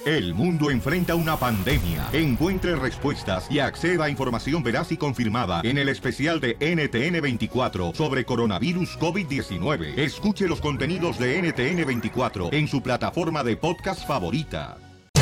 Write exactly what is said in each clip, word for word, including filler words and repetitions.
El mundo enfrenta una pandemia. Encuentre respuestas y acceda a información veraz y confirmada en el especial de N T N veinticuatro sobre coronavirus COVID diecinueve. Escuche los contenidos de N T N veinticuatro en su plataforma de podcast favorita.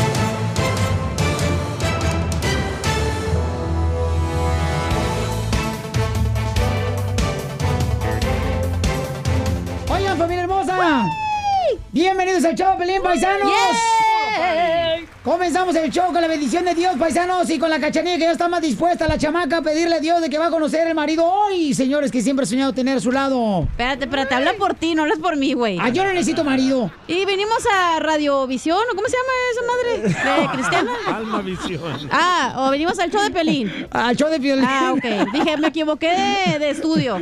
Oigan, familia hermosa, bienvenidos al show, Pelín, paisanos. Yeah. Comenzamos el show con la bendición de Dios, paisanos, y con la Cachanilla, que ya está más dispuesta, la chamaca, a pedirle a Dios de que va a conocer el marido hoy, señores, que siempre ha soñado tener a su lado. Espérate, espérate, habla por ti, no hablas por mí, güey. Ah, yo no necesito marido. Y venimos a Radiovisión, ¿o cómo se llama esa madre? ¿De Cristiana? Almavisión. Ah, o venimos al show de Pelín. Al show de Pelín. Ah, ok. Dije, me equivoqué de, de estudio.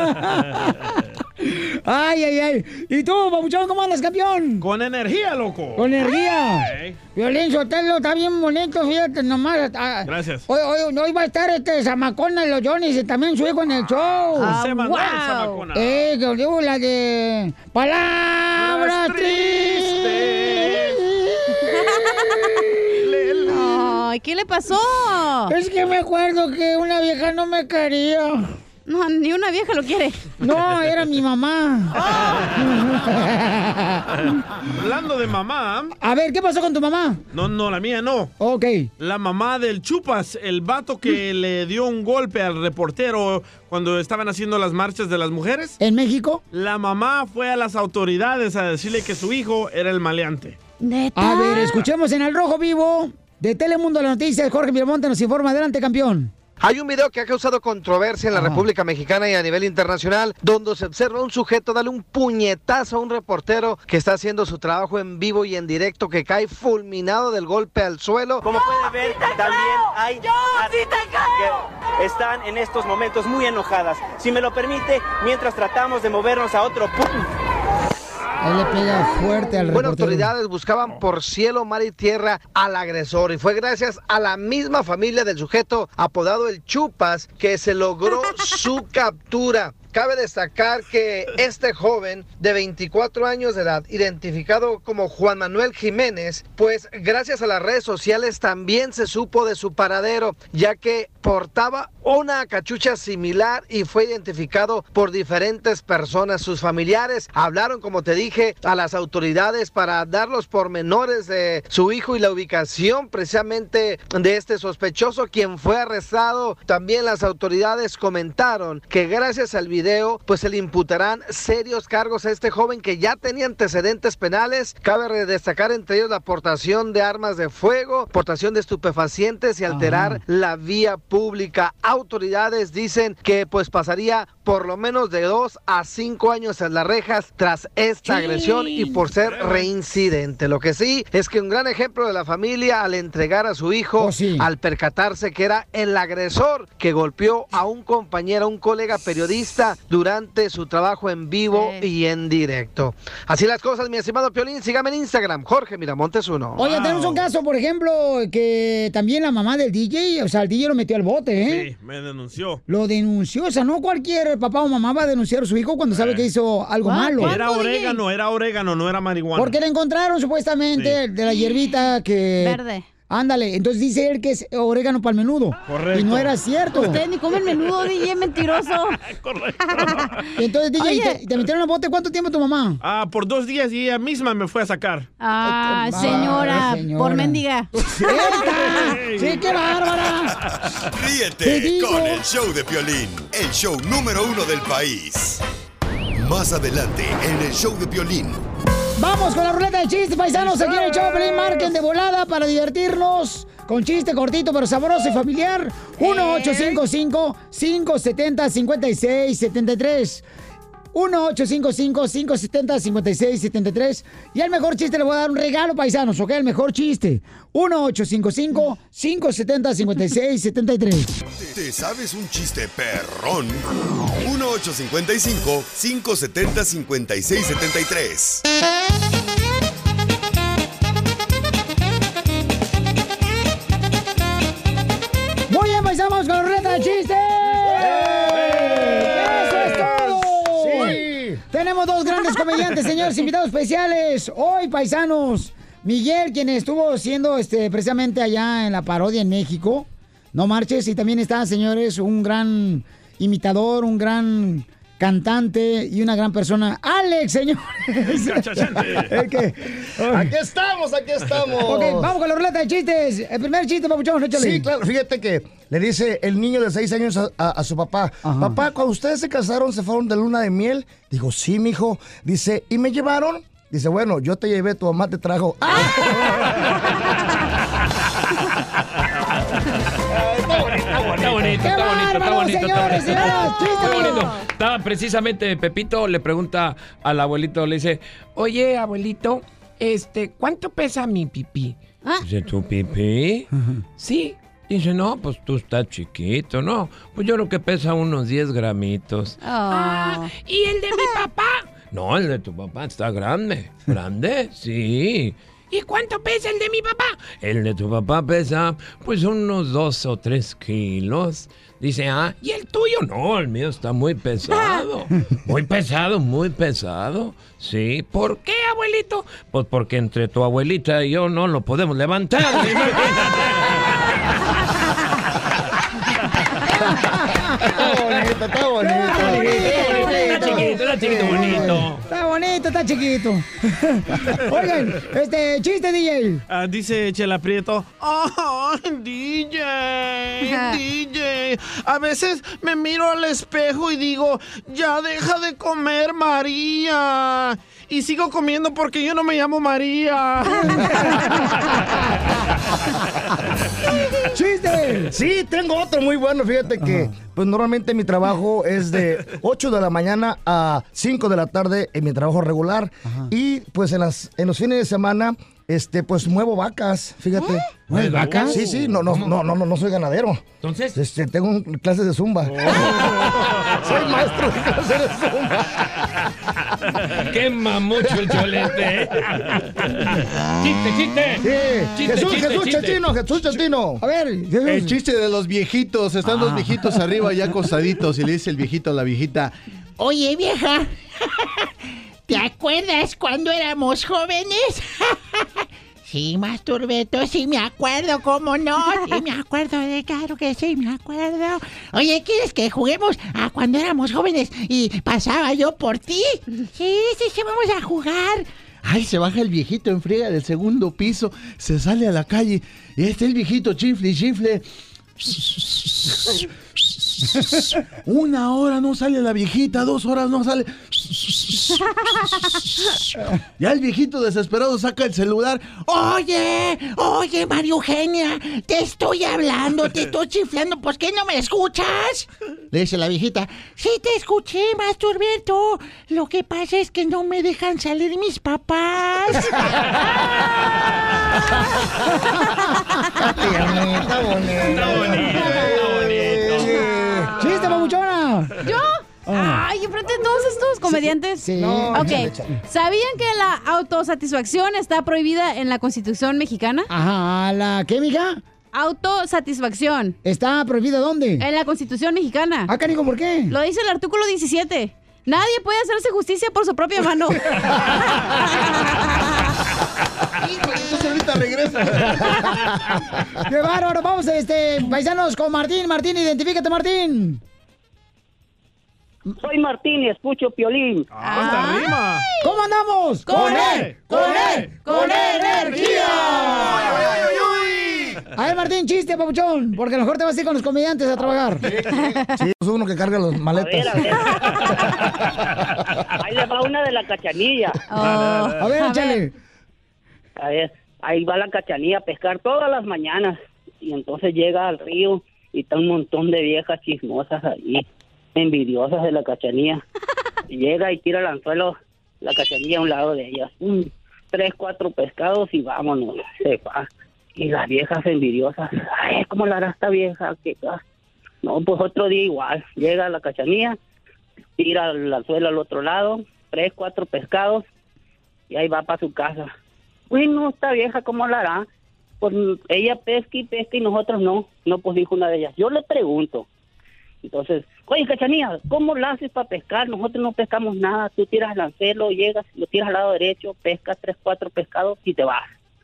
Ay, ay, ay. ¿Y tú, papuchón, cómo andas, campeón? Con energía, loco. Con energía. Hey. Violín Sotelo está bien bonito, fíjate nomás. Ah, gracias. Hoy, hoy, hoy va a estar este Zamacona de los Johnny's y también su hijo en el show. Ah, José Manuel wow. Zamacona. Eh, que os digo la de Palabras Tristes. Ay, ¿qué le pasó? Es que me acuerdo que una vieja no me quería. No, ni una vieja lo quiere. No, era mi mamá. Hablando de mamá. A ver, ¿qué pasó con tu mamá? No, no, la mía no. Ok. La mamá del Chupas, el vato que le dio un golpe al reportero cuando estaban haciendo las marchas de las mujeres. ¿En México? La mamá fue a las autoridades a decirle que su hijo era el maleante. ¿Neta? A ver, escuchemos en El Rojo Vivo de Telemundo las noticias. Jorge Miramonte nos informa. Adelante, campeón. Hay un video que ha causado controversia en la Ajá. República Mexicana y a nivel internacional, donde se observa a un sujeto darle un puñetazo a un reportero que está haciendo su trabajo en vivo y en directo, que cae fulminado del golpe al suelo. Como puede ver, sí también creo. hay Yo sí te creo. que están en estos momentos muy enojadas. Si me lo permite, mientras tratamos de movernos a otro punto. Él le pega fuerte al reportero. Bueno, autoridades buscaban por cielo, mar y tierra al agresor y fue gracias a la misma familia del sujeto apodado el Chupas que se logró su captura. Cabe destacar que este joven de veinticuatro años de edad, identificado como Juan Manuel Jiménez, pues gracias a las redes sociales también se supo de su paradero, ya que portaba una cachucha similar y fue identificado por diferentes personas. Sus familiares hablaron, como te dije, a las autoridades para dar los pormenores de su hijo y la ubicación precisamente de este sospechoso, quien fue arrestado. También las autoridades comentaron que gracias al video video, pues se le imputarán serios cargos a este joven que ya tenía antecedentes penales. Cabe destacar entre ellos la portación de armas de fuego, portación de estupefacientes y alterar Ajá. la vía pública. Autoridades dicen que pues pasaría por lo menos de dos a cinco años en las rejas tras esta sí. agresión y por ser reincidente. Lo que sí es que un gran ejemplo de la familia al entregar a su hijo, oh, sí. al percatarse que era el agresor que golpeó a un compañero, a un colega periodista durante su trabajo en vivo sí. y en directo. Así las cosas, mi estimado Piolín. Sígame en Instagram, Jorge Miramontes uno. Oye, wow. tenemos un caso, por ejemplo, que también la mamá del D J, o sea, el D J lo metió al bote, ¿eh? Sí, me denunció. Lo denunció, o sea, no cualquier papá o mamá va a denunciar a su hijo cuando sabe que hizo algo malo. Era orégano, era orégano, no era marihuana. Porque le encontraron supuestamente sí. de la hierbita que... Verde. Ándale, entonces dice él que es orégano para el menudo. Correcto. Y no era cierto. Usted ni come menudo, D J, mentiroso. Correcto. Entonces, D J, ¿y te, te metieron al bote cuánto tiempo tu mamá? Ah, por dos días y ella misma me fue a sacar. Ah, ah señora, señora, por mendiga. ¡Sí, qué bárbara! Ríete con el show de Piolín, el show número uno del país. Más adelante en el show de Piolín. Vamos con la ruleta de chistes, paisanos. Aquí en el show de Piolín, marquen de volada para divertirnos con chiste cortito pero sabroso y familiar. uno ocho cinco cinco, cinco siete cero, cinco seis siete tres. uno ocho cinco cinco, cinco siete cero, cinco seis siete tres. Y al mejor chiste le voy a dar un regalo, paisanos, ¿ok? El mejor chiste. uno ocho cinco cinco, cinco siete cero, cinco seis siete tres. ¿Te sabes un chiste perrón? uno ocho cinco cinco, cinco siete cero, cinco seis siete tres. Muy bien, paisanos, con la ruleta de chistes. Tenemos dos grandes comediantes, señores, invitados especiales. Hoy, paisanos, Miguel, quien estuvo siendo este, precisamente allá en la parodia en México. No marches. Y también está, señores, un gran imitador, un gran cantante y una gran persona. ¡Alex, señores! ¿El qué? Aquí estamos, aquí estamos. Ok, vamos con la ruleta de chistes. El primer chiste, papuchón, échale. Sí, claro. Fíjate que le dice el niño de seis años a, a, a su papá. Ajá. Papá, cuando ustedes se casaron, ¿se fueron de luna de miel? Dijo, sí, mijo. Dice, ¿y me llevaron? Dice, bueno, yo te llevé, tu mamá te trajo. ¡Ah! Está bonito, está bonito, está bonito, está bonito, señores, señoras, está bonito. Estaba precisamente Pepito, le pregunta al abuelito, le dice, oye, abuelito, este, ¿cuánto pesa mi pipí? ¿Ah? Dice, ¿tu pipí? Uh-huh. Sí. Dice, no, pues tú estás chiquito, ¿no? Pues yo creo que pesa unos diez gramitos. Oh. Ah, ¿y el de mi papá? No, el de tu papá está grande. ¿Grande? Sí. ¿Y cuánto pesa el de mi papá? El de tu papá pesa, pues, unos dos o tres kilos. Dice, ah, ¿y el tuyo? No, el mío está muy pesado. Muy pesado, muy pesado. Sí. ¿Por qué, abuelito? Pues porque entre tu abuelita y yo no lo podemos levantar. Está bonito, está bonito. Está chiquito, está chiquito, bonito. Está bonito, está chiquito. Oigan, este, chiste, D J. Uh, dice Chela Prieto. ¡Oh, D J! D J. A veces me miro al espejo y digo, ya deja de comer, María. Y sigo comiendo porque yo no me llamo María. ¡Chiste! Sí, tengo otro muy bueno. Fíjate que, ajá, pues normalmente mi trabajo es de ocho de la mañana a cinco de la tarde en mi trabajo regular. Ajá. Y pues en, las, en los fines de semana, este, pues muevo vacas, fíjate. ¿Eh? ¿Mueves vacas? Sí, sí, no, no, no, no, no, no soy ganadero. ¿Entonces? Este, tengo un, clases de zumba. Oh. Soy maestro de clases de zumba. Quema mucho el cholete. ¡Chiste, chiste! Sí. Chiste, Jesús, chiste, Jesús chiste. Chetino, Jesús Chetino. A ver, Jesús. El chiste de los viejitos. Están ah. dos viejitos arriba ya acostaditos y le dice el viejito a la viejita, oye, vieja, ¿te acuerdas cuando éramos jóvenes? Sí, Masturbeto, sí me acuerdo, ¿cómo no? Sí me acuerdo, de claro que sí me acuerdo. Oye, ¿quieres que juguemos a cuando éramos jóvenes y pasaba yo por ti? Sí, sí, sí, vamos a jugar. Ay, se baja el viejito en friega del segundo piso, se sale a la calle y este el viejito chifle y chifle. Una hora no sale la viejita, dos horas no sale. Ya el viejito desesperado saca el celular. Oye, oye, María Eugenia, te estoy hablando, te estoy chiflando, ¿por qué no me escuchas? Le dice la viejita, sí te escuché, Masturbeto. Lo que pasa es que no me dejan salir mis papás. Está bonito, está bonito. Está bonito, está bonito. ¡Chiste, papuchona! ¿Yo? Oh. Ay, enfrente de todos estos comediantes. Sí. sí. No, ok. échale, échale. ¿Sabían que la autosatisfacción está prohibida en la Constitución mexicana? Ajá, ¿la qué, mija? Autosatisfacción. ¿Está prohibida dónde? En la Constitución mexicana. Ah, canijo, ¿por qué? Lo dice el artículo diecisiete. Nadie puede hacerse justicia por su propia mano. Entonces ahorita regresa. ¡Qué bárbaro! Vamos, este, paisanos, con Martín. Martín, identifícate, Martín. Soy Martín y escucho Piolín. ¡Ah, esta rima! ¿Cómo andamos? ¡Con él! ¡Con él! ¡Con energía! ¡Uy, uy, uy, uy! A ver, Martín, chiste, papuchón, porque a lo mejor te vas a ir con los comediantes a trabajar. Sí, es uno que carga los maletas. A ver, a ver. Ahí le va una de la Cachanilla. Oh, a ver, échale. A ver, ahí va la Cachanilla a pescar todas las mañanas. Y entonces llega al río y está un montón de viejas chismosas ahí, envidiosas de la Cachanilla. Y llega y tira el anzuelo, la Cachanilla a un lado de ellas. Mm, tres, cuatro pescados y vámonos. Se va. Y las viejas envidiosas, ay, ¿cómo la hará esta vieja? ¿Qué? No, pues otro día igual. Llega la Cachanilla, tira el anzuelo al otro lado, tres, cuatro pescados, y ahí va para su casa. Uy, no, esta vieja, ¿cómo la hará? Pues ella pesca y pesca y nosotros no. No, pues dijo una de ellas. Yo le pregunto. Entonces, oye, Cachanilla, ¿cómo la haces para pescar? Nosotros no pescamos nada. Tú tiras el anzuelo, llegas, lo tiras al lado derecho, pescas tres, cuatro pescados y te vas.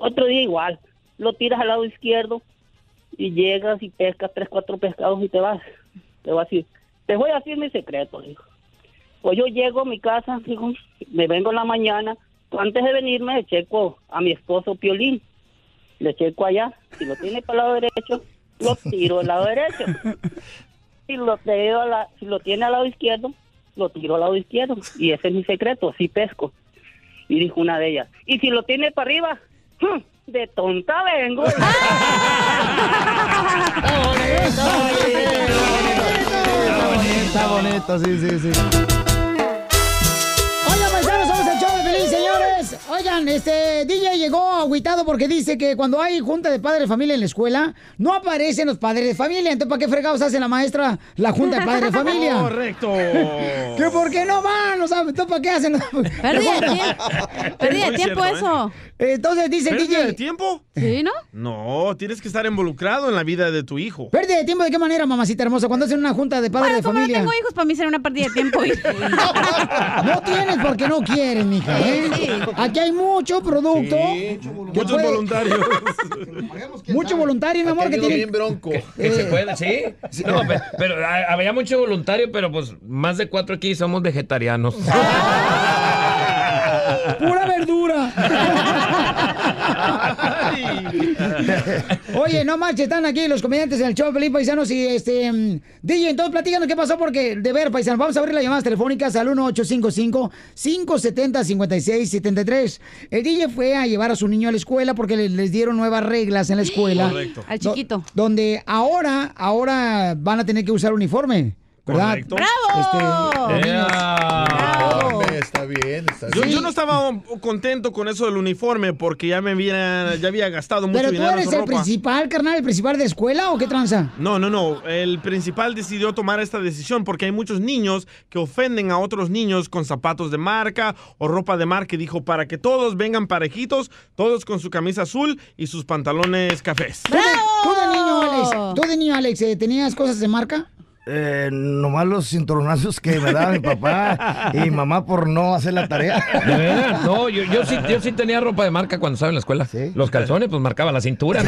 Otro día igual, lo tiras al lado izquierdo y llegas y pescas tres, cuatro pescados y te vas. Te vas a decir, te voy a decir mi secreto, dijo. Pues yo llego a mi casa, dijo, me vengo en la mañana, antes de venirme le checo a mi esposo Piolín, le checo allá, si lo tiene para el lado derecho, lo tiro al lado derecho. Si lo, tiro a la, si lo tiene al lado izquierdo, lo tiro al lado izquierdo. Y ese es mi secreto, así pesco. Y dijo una de ellas, y si lo tiene para arriba, de tonta vengo. Está bonito, sí, sí, sí. Oigan, paisanos, somos el show de Pelín, señores. Oigan, este D J llegó agüitado porque dice que cuando hay junta de padres de familia en la escuela, no aparecen los padres de familia. Entonces, ¿para qué fregados hace la maestra la junta de padres de familia? Correcto. ¿Que por qué no van? O sea, ¿entonces para qué hacen? Pérdida de tiempo. Pérdida de tiempo eso. Entonces dice el D J. ¿Pérdida de tiempo? Sí, ¿no? No, tienes que estar involucrado en la vida de tu hijo. ¿Pérdida de tiempo de qué manera, mamacita hermosa? Cuando hacen una junta de padres Bueno, de como familia. no tengo hijos, para mí será una pérdida de tiempo. No tienes porque no quieres, mija, ¿eh? Sí. Aquí hay mucho producto. Sí, muchos puede- voluntarios. Mucho voluntario, mi amor, que tiene. bien bronco. Que se puede, ¿sí? No, pe- pero, ah, había mucho voluntario, pero pues más de cuatro aquí somos vegetarianos. Pura verdura. Oye, no marches, están aquí los comediantes en el show de Pelín, paisanos, y este mm, D J, entonces platícanos qué pasó, porque de ver, paisanos, vamos a abrir las llamadas telefónicas al uno ocho cinco cinco, cinco siete cero, cinco seis siete tres. El D J fue a llevar a su niño a la escuela porque le- les dieron nuevas reglas en la escuela. Correcto. Al chiquito. Do- donde ahora, ahora van a tener que usar uniforme, ¿verdad? Correcto. ¡Bravo! Este, ¡Ea! ¡Bravo! Está bien, está Yo, bien. yo no estaba um, contento con eso del uniforme porque ya me había, ya había gastado mucho Pero tú dinero en eres su el ropa. principal, carnal, el principal de escuela, ¿o qué tranza? No, no, no. El principal decidió tomar esta decisión porque hay muchos niños que ofenden a otros niños con zapatos de marca o ropa de marca. Y dijo, para que todos vengan parejitos, todos con su camisa azul y sus pantalones cafés. ¿Tú de, tú de niño, Alex, ¡Bravo! tú de niño, Alex, eh, ¿tenías cosas de marca? Eh, nomás los cinturonazos que me daba mi papá y mi mamá por no hacer la tarea. ¿De veras? No, yo, yo, sí, yo sí tenía ropa de marca cuando estaba en la escuela. ¿Sí? Los calzones, pues marcaba la cintura, ¿no?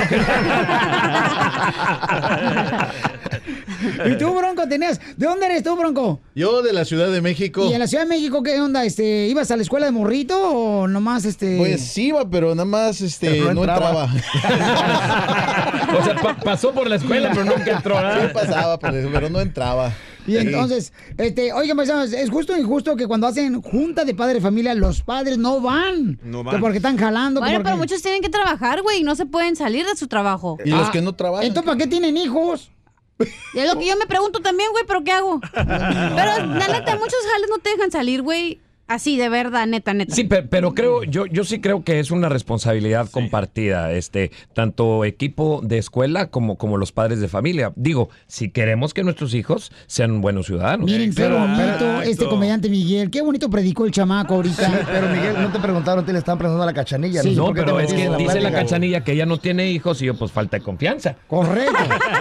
¿Y tú, Bronco, tenías? ¿De dónde eres tú, Bronco? Yo de la Ciudad de México. ¿Y en la Ciudad de México qué onda? Este, ¿ibas a la escuela de morrito o nomás este...? Pues iba, pero nada más este, Pero no no entraba. entraba. O sea, pa- pasó por la escuela, pero nunca entró. ¿no? Sí pasaba, pero, pero no entraba. Y Sí. entonces, este, oigan, paisanos, ¿es justo o injusto que cuando hacen junta de padre de familia, los padres no van? No van. Que porque están jalando. que Bueno, porque- pero muchos tienen que trabajar, güey, y no se pueden salir de su trabajo. Y los Ah, que no trabajan. Entonces, ¿para qué tienen hijos? Y es lo que yo me pregunto también, güey, pero ¿qué hago? Pero la neta, muchos jales no te dejan salir, güey. Así, de verdad, neta, neta. Sí, pe- pero creo, yo, yo sí creo que es una responsabilidad compartida, este, tanto equipo de escuela como, como los padres de familia. Digo, si queremos que nuestros hijos sean buenos ciudadanos. Miren, qué Pero- bonito Exacto. este comediante Miguel. Qué bonito predicó el chamaco ahorita. Sí, pero Miguel, no te preguntaron, te le están preguntando a la Cachanilla. Sí, sé No, por qué te pero es metiste que en dice la plática. Cachanilla que ella no tiene hijos y yo, pues, falta de confianza. Correcto.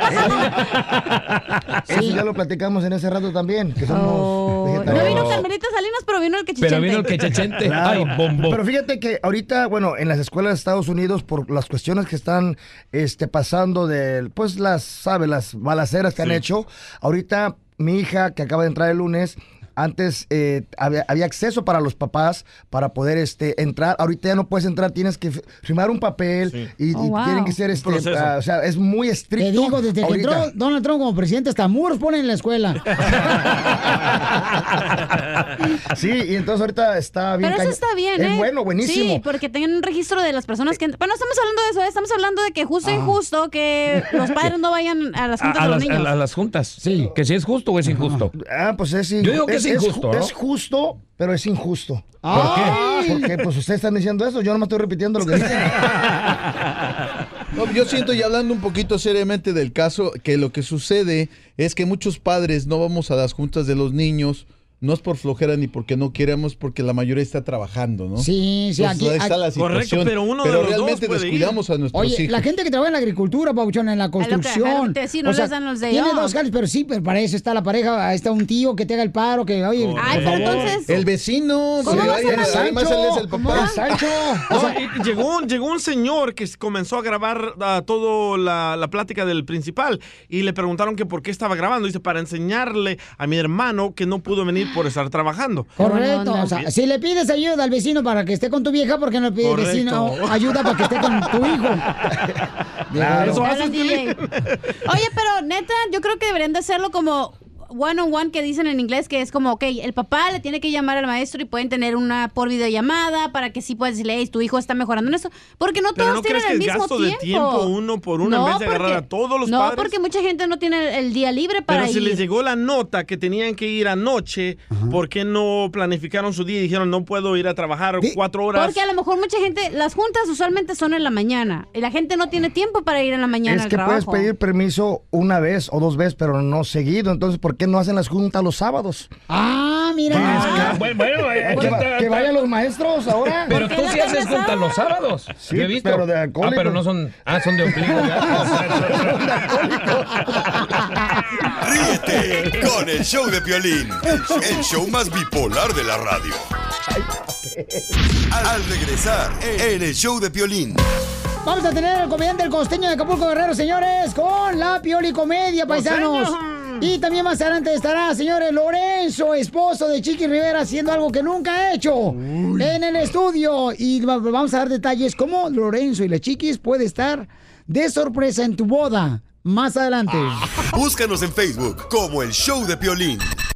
Eso ya lo platicamos en ese rato también, que somos Oh, no vegetarianos. vino Carmelita Salinas, pero vino el quechichente. Pero vino el quechechente. Claro. Ay, bombo. Pero fíjate que ahorita, bueno, en las escuelas de Estados Unidos, por las cuestiones que están este, pasando de, pues, las, ¿sabes? Las balaceras que han hecho, ahorita mi hija, que acaba de entrar el lunes, antes eh, había, había acceso para los papás para poder este, entrar. Ahorita ya no puedes entrar, tienes que f- firmar un papel Sí. y, Oh, y wow. tienen que ser, este, proceso. ah, o sea, es muy estricto. Te digo, desde que ahorita. entró Donald Trump como presidente, hasta muros ponen en la escuela. Sí, y entonces ahorita está bien. Pero eso caño- está bien, ¿eh? Es bueno, buenísimo. Sí, porque tengan un registro de las personas que... Bueno, estamos hablando de eso, ¿eh? Estamos hablando de que justo e injusto que los padres no vayan a las A, juntas a de los las, niños. a- a las juntas. Sí. Que si es justo o es injusto. Ah, pues es injusto. Yo digo que es injusto, ju- ¿no? Es justo, pero es injusto. ¿Por qué? Porque pues ustedes están diciendo eso, yo no me estoy repitiendo lo que dicen. No, yo siento, y hablando un poquito seriamente del caso, que lo que sucede es que muchos padres no vamos a las juntas de los niños no es por flojera ni porque no queremos, porque la mayoría está trabajando, ¿no? Sí, sí, Entonces, aquí, ahí está la aquí- situación. pero uno Pero de los realmente dos puede descuidamos a nuestros Oye, hijos. la gente que trabaja en la agricultura, Pauchón, en la que- es lo construcción. que te decía, no o sea, les dan los day tiene off. dos jales, pero sí, pero para eso está la pareja, ahí está un tío que te haga el paro, que oye, Ay, por pero favor. entonces- El vecino, ¿Cómo que vas a vaya, mandar? además él es el ¿Cómo? papá. Sancho. No, y llegó, un, llegó un señor que comenzó a grabar uh, toda la, la plática del principal y le preguntaron que por qué estaba grabando. Dice, para enseñarle a mi hermano que no pudo venir por estar trabajando. Correcto, o sea, si le pides ayuda al vecino para que esté con tu vieja, ¿por qué no le pides al Correcto. vecino ayuda para que esté con tu hijo? Claro. Eso Hablan haces, D J. Oye, pero neta, yo creo que deberían de hacerlo como one on one, que dicen en inglés, que es como, ok, el papá le tiene que llamar al maestro y pueden tener una por videollamada para que sí puedas decirle, hey, tu hijo está mejorando en esto. Porque no Pero todos ¿no tienen crees que el el mismo gasto tiempo. de tiempo uno por uno en vez de agarrar a todos los no, padres? porque mucha gente no tiene el, el día libre para Pero si ir. les llegó la nota que tenían que ir anoche, ¿por qué no planificaron su día y dijeron no puedo ir a trabajar cuatro horas? Porque a lo mejor mucha gente, las juntas usualmente son en la mañana y la gente no tiene tiempo para ir en la mañana Es al que trabajo. puedes pedir permiso una vez o dos veces, pero no seguido. Entonces, ¿por qué no hacen las juntas los sábados? Ah, mira. Ah, bueno, bueno, eh, que, está- va- que está- vayan los maestros ahora. Pero tú sí haces juntas los sábados. Sí, Yo he visto. pero de Ah, alcohólico. pero no son. Ah, son de ombligo. Ríete con el show de Piolín, el show más bipolar de la radio. Al regresar en el show de Piolín. Vamos a tener al comediante El Costeño de Acapulco Guerrero, señores, con la Pioli Comedia, paisanos. Y también más adelante estará, señores, Lorenzo, esposo de Chiqui Rivera, haciendo algo que nunca ha hecho en el estudio. Y va- vamos a dar detalles cómo Lorenzo y la Chiquis puede estar de sorpresa en tu boda. Más adelante. Búscanos en Facebook como el show de Piolín.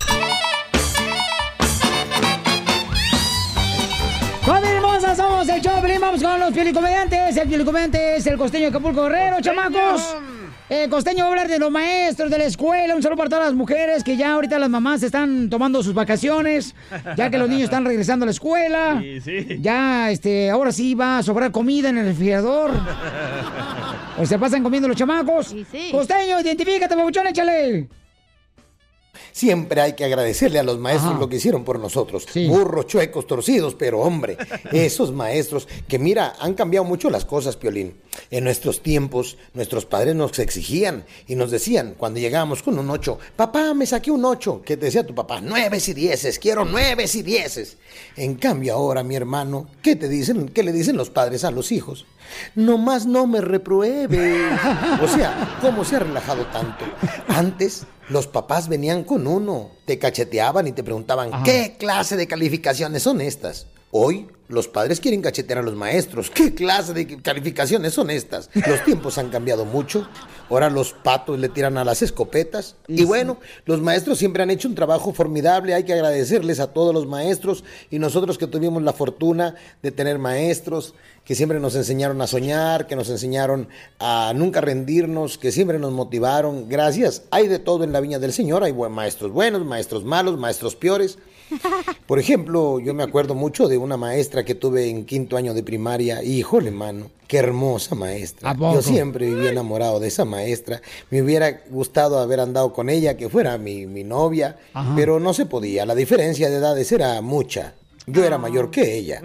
¡Familia hermosa! Somos el Choplin. Vamos con los pielicomediantes. El pielicomediante es el Costeño de Acapulco Guerrero, chamacos. El Costeño va a hablar de los maestros de la escuela. Un saludo para todas las mujeres que ya ahorita las mamás están tomando sus vacaciones, ya que los niños están regresando a la escuela. Sí, sí. Ya, este, ahora sí va a sobrar comida en el refrigerador. O se pasan comiendo los chamacos. Costeño, identifícate, babuchón, échale. Siempre hay que agradecerle a los maestros Ajá. lo que hicieron por nosotros. Burros, chuecos, torcidos, pero hombre, esos maestros que mira, han cambiado mucho las cosas, Piolín. En nuestros tiempos, nuestros padres nos exigían y nos decían, cuando llegábamos con un ocho, papá, me saqué un ocho. ¿Qué te decía tu papá? Nueves y dieces, quiero nueves y dieces. En cambio ahora, mi hermano, ¿qué te dicen? ¿Qué le dicen los padres a los hijos? Nomás no me repruebes. O sea, ¿cómo se ha relajado tanto? Antes, los papás venían con uno, te cacheteaban y te preguntaban, Ajá. ¿qué clase de calificaciones son estas? Hoy, los padres quieren cachetear a los maestros. ¿Qué clase de calificaciones son estas? Los tiempos han cambiado mucho. Ahora los patos le tiran a las escopetas. Y bueno, los maestros siempre han hecho un trabajo formidable. Hay que agradecerles a todos los maestros. Y nosotros que tuvimos la fortuna de tener maestros que siempre nos enseñaron a soñar, que nos enseñaron a nunca rendirnos, que siempre nos motivaron. Gracias. Hay de todo en la viña del Señor. Hay buen- maestros buenos, maestros malos, maestros peores. Por ejemplo, yo me acuerdo mucho de una maestra que tuve en quinto año de primaria. Híjole, mano, qué hermosa maestra. ¿A poco? Yo siempre viví enamorado de esa maestra. Me hubiera gustado haber andado con ella, que fuera mi, mi novia, Ajá. pero no se podía. La diferencia de edades era mucha. Yo era mayor que ella.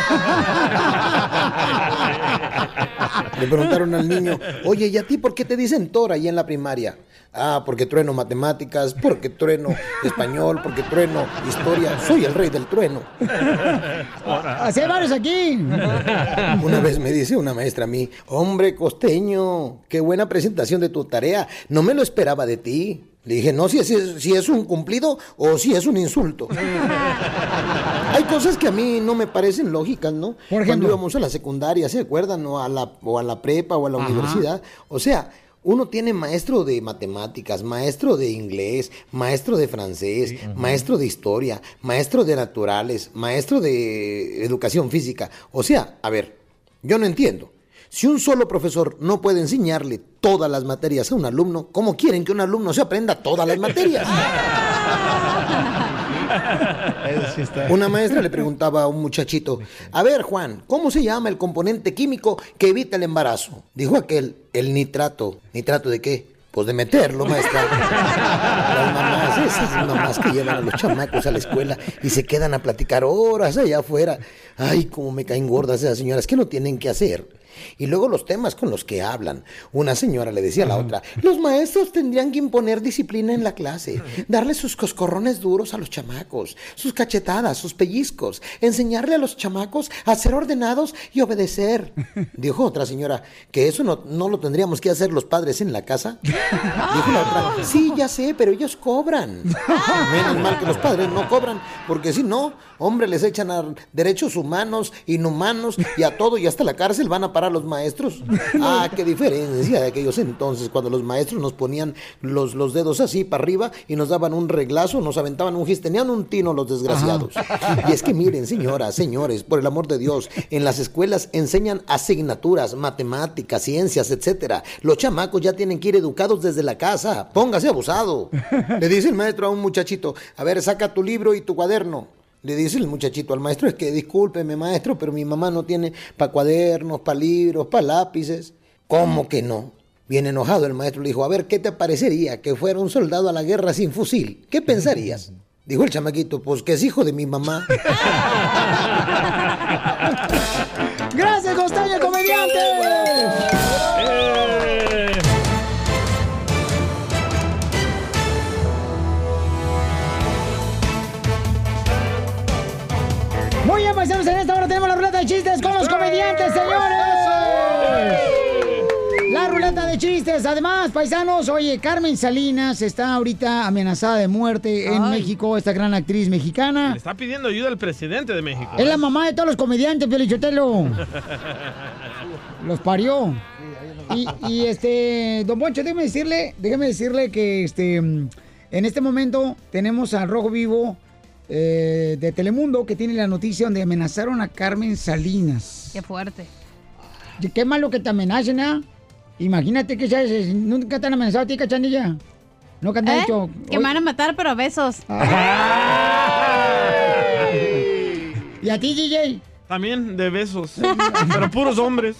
Le preguntaron al niño, oye, ¿y a ti por qué te dicen Tora ahí en la primaria? Ah, porque trueno matemáticas, porque trueno español, porque trueno historia. Soy el rey del trueno. Así hay varios aquí. Una vez me dice una maestra a mí, hombre costeño, qué buena presentación de tu tarea. No me lo esperaba de ti. Le dije, no, si es, si es un cumplido o si es un insulto. Hay cosas que a mí no me parecen lógicas, ¿no? Por ejemplo. Cuando íbamos a la secundaria, ¿se acuerdan? O a la, o a la prepa o a la Ajá. universidad. O sea, uno tiene maestro de matemáticas, maestro de inglés, maestro de francés, maestro de historia, maestro de naturales, maestro de educación física. O sea, a ver, yo no entiendo. Si un solo profesor no puede enseñarle todas las materias a un alumno, ¿cómo quieren que un alumno se aprenda todas las materias? Una maestra le preguntaba a un muchachito, a ver, Juan, ¿cómo se llama el componente químico que evita el embarazo? Dijo aquel, el nitrato. ¿Nitrato de qué? Pues de meterlo, maestra. Las mamás, esas mamás que llevan a los chamacos a la escuela y se quedan a platicar horas allá afuera. Ay, cómo me caen gordas esas señoras, ¿qué no tienen que hacer? Y luego los temas con los que hablan. Una señora le decía a la otra, los maestros tendrían que imponer disciplina en la clase, darle sus coscorrones duros a los chamacos, sus cachetadas, sus pellizcos, enseñarle a los chamacos a ser ordenados y obedecer. Dijo otra señora, que eso no, no lo tendríamos que hacer los padres en la casa. Dijo la otra, sí, ya sé, pero ellos cobran. Menos mal que los padres no cobran, porque si no, hombre, les echan a derechos humanos, inhumanos y a todo, y hasta la cárcel van a parar los maestros. Ah, qué diferencia de aquellos entonces, cuando los maestros nos ponían los, los dedos así para arriba y nos daban un reglazo, nos aventaban un gis, tenían un tino los desgraciados. Ajá. Y es que miren, señoras, señores, por el amor de Dios, en las escuelas enseñan asignaturas, matemáticas, ciencias, etcétera. Los chamacos ya tienen que ir educados desde la casa. Póngase abusado. Le dice el maestro a un muchachito, a ver, saca tu libro y tu cuaderno. Le dice el muchachito al maestro, es que discúlpeme maestro, pero mi mamá no tiene pa' cuadernos, pa' libros, pa' lápices. ¿Cómo que no? Bien enojado el maestro le dijo, a ver, ¿qué te parecería que fuera un soldado a la guerra sin fusil? ¿Qué pensarías? Dijo el chamaquito, pues que es hijo de mi mamá. ¡Gracias, Costeño, comediante! Muy bien, paisanos, en esta hora tenemos la ruleta de chistes con los comediantes, señores. La ruleta de chistes. Además, paisanos, oye, Carmen Salinas está ahorita amenazada de muerte en Ay. México, esta gran actriz mexicana. Le está pidiendo ayuda al presidente de México. Es la mamá de todos los comediantes, Pio Lichotelo. Los parió. Y, y este, don Poncho, déjeme decirle, déjeme decirle que este, en este momento tenemos al Rojo Vivo Eh, de Telemundo, que tiene la noticia donde amenazaron a Carmen Salinas. Qué fuerte. Qué malo que te amenacen, ¿eh? Imagínate que ya nunca te han amenazado a ti, Cachanilla. Nunca te han ¿Eh? dicho. Que me van a matar, pero a besos. ¿Y a ti, D J? También de besos, pero puros hombres.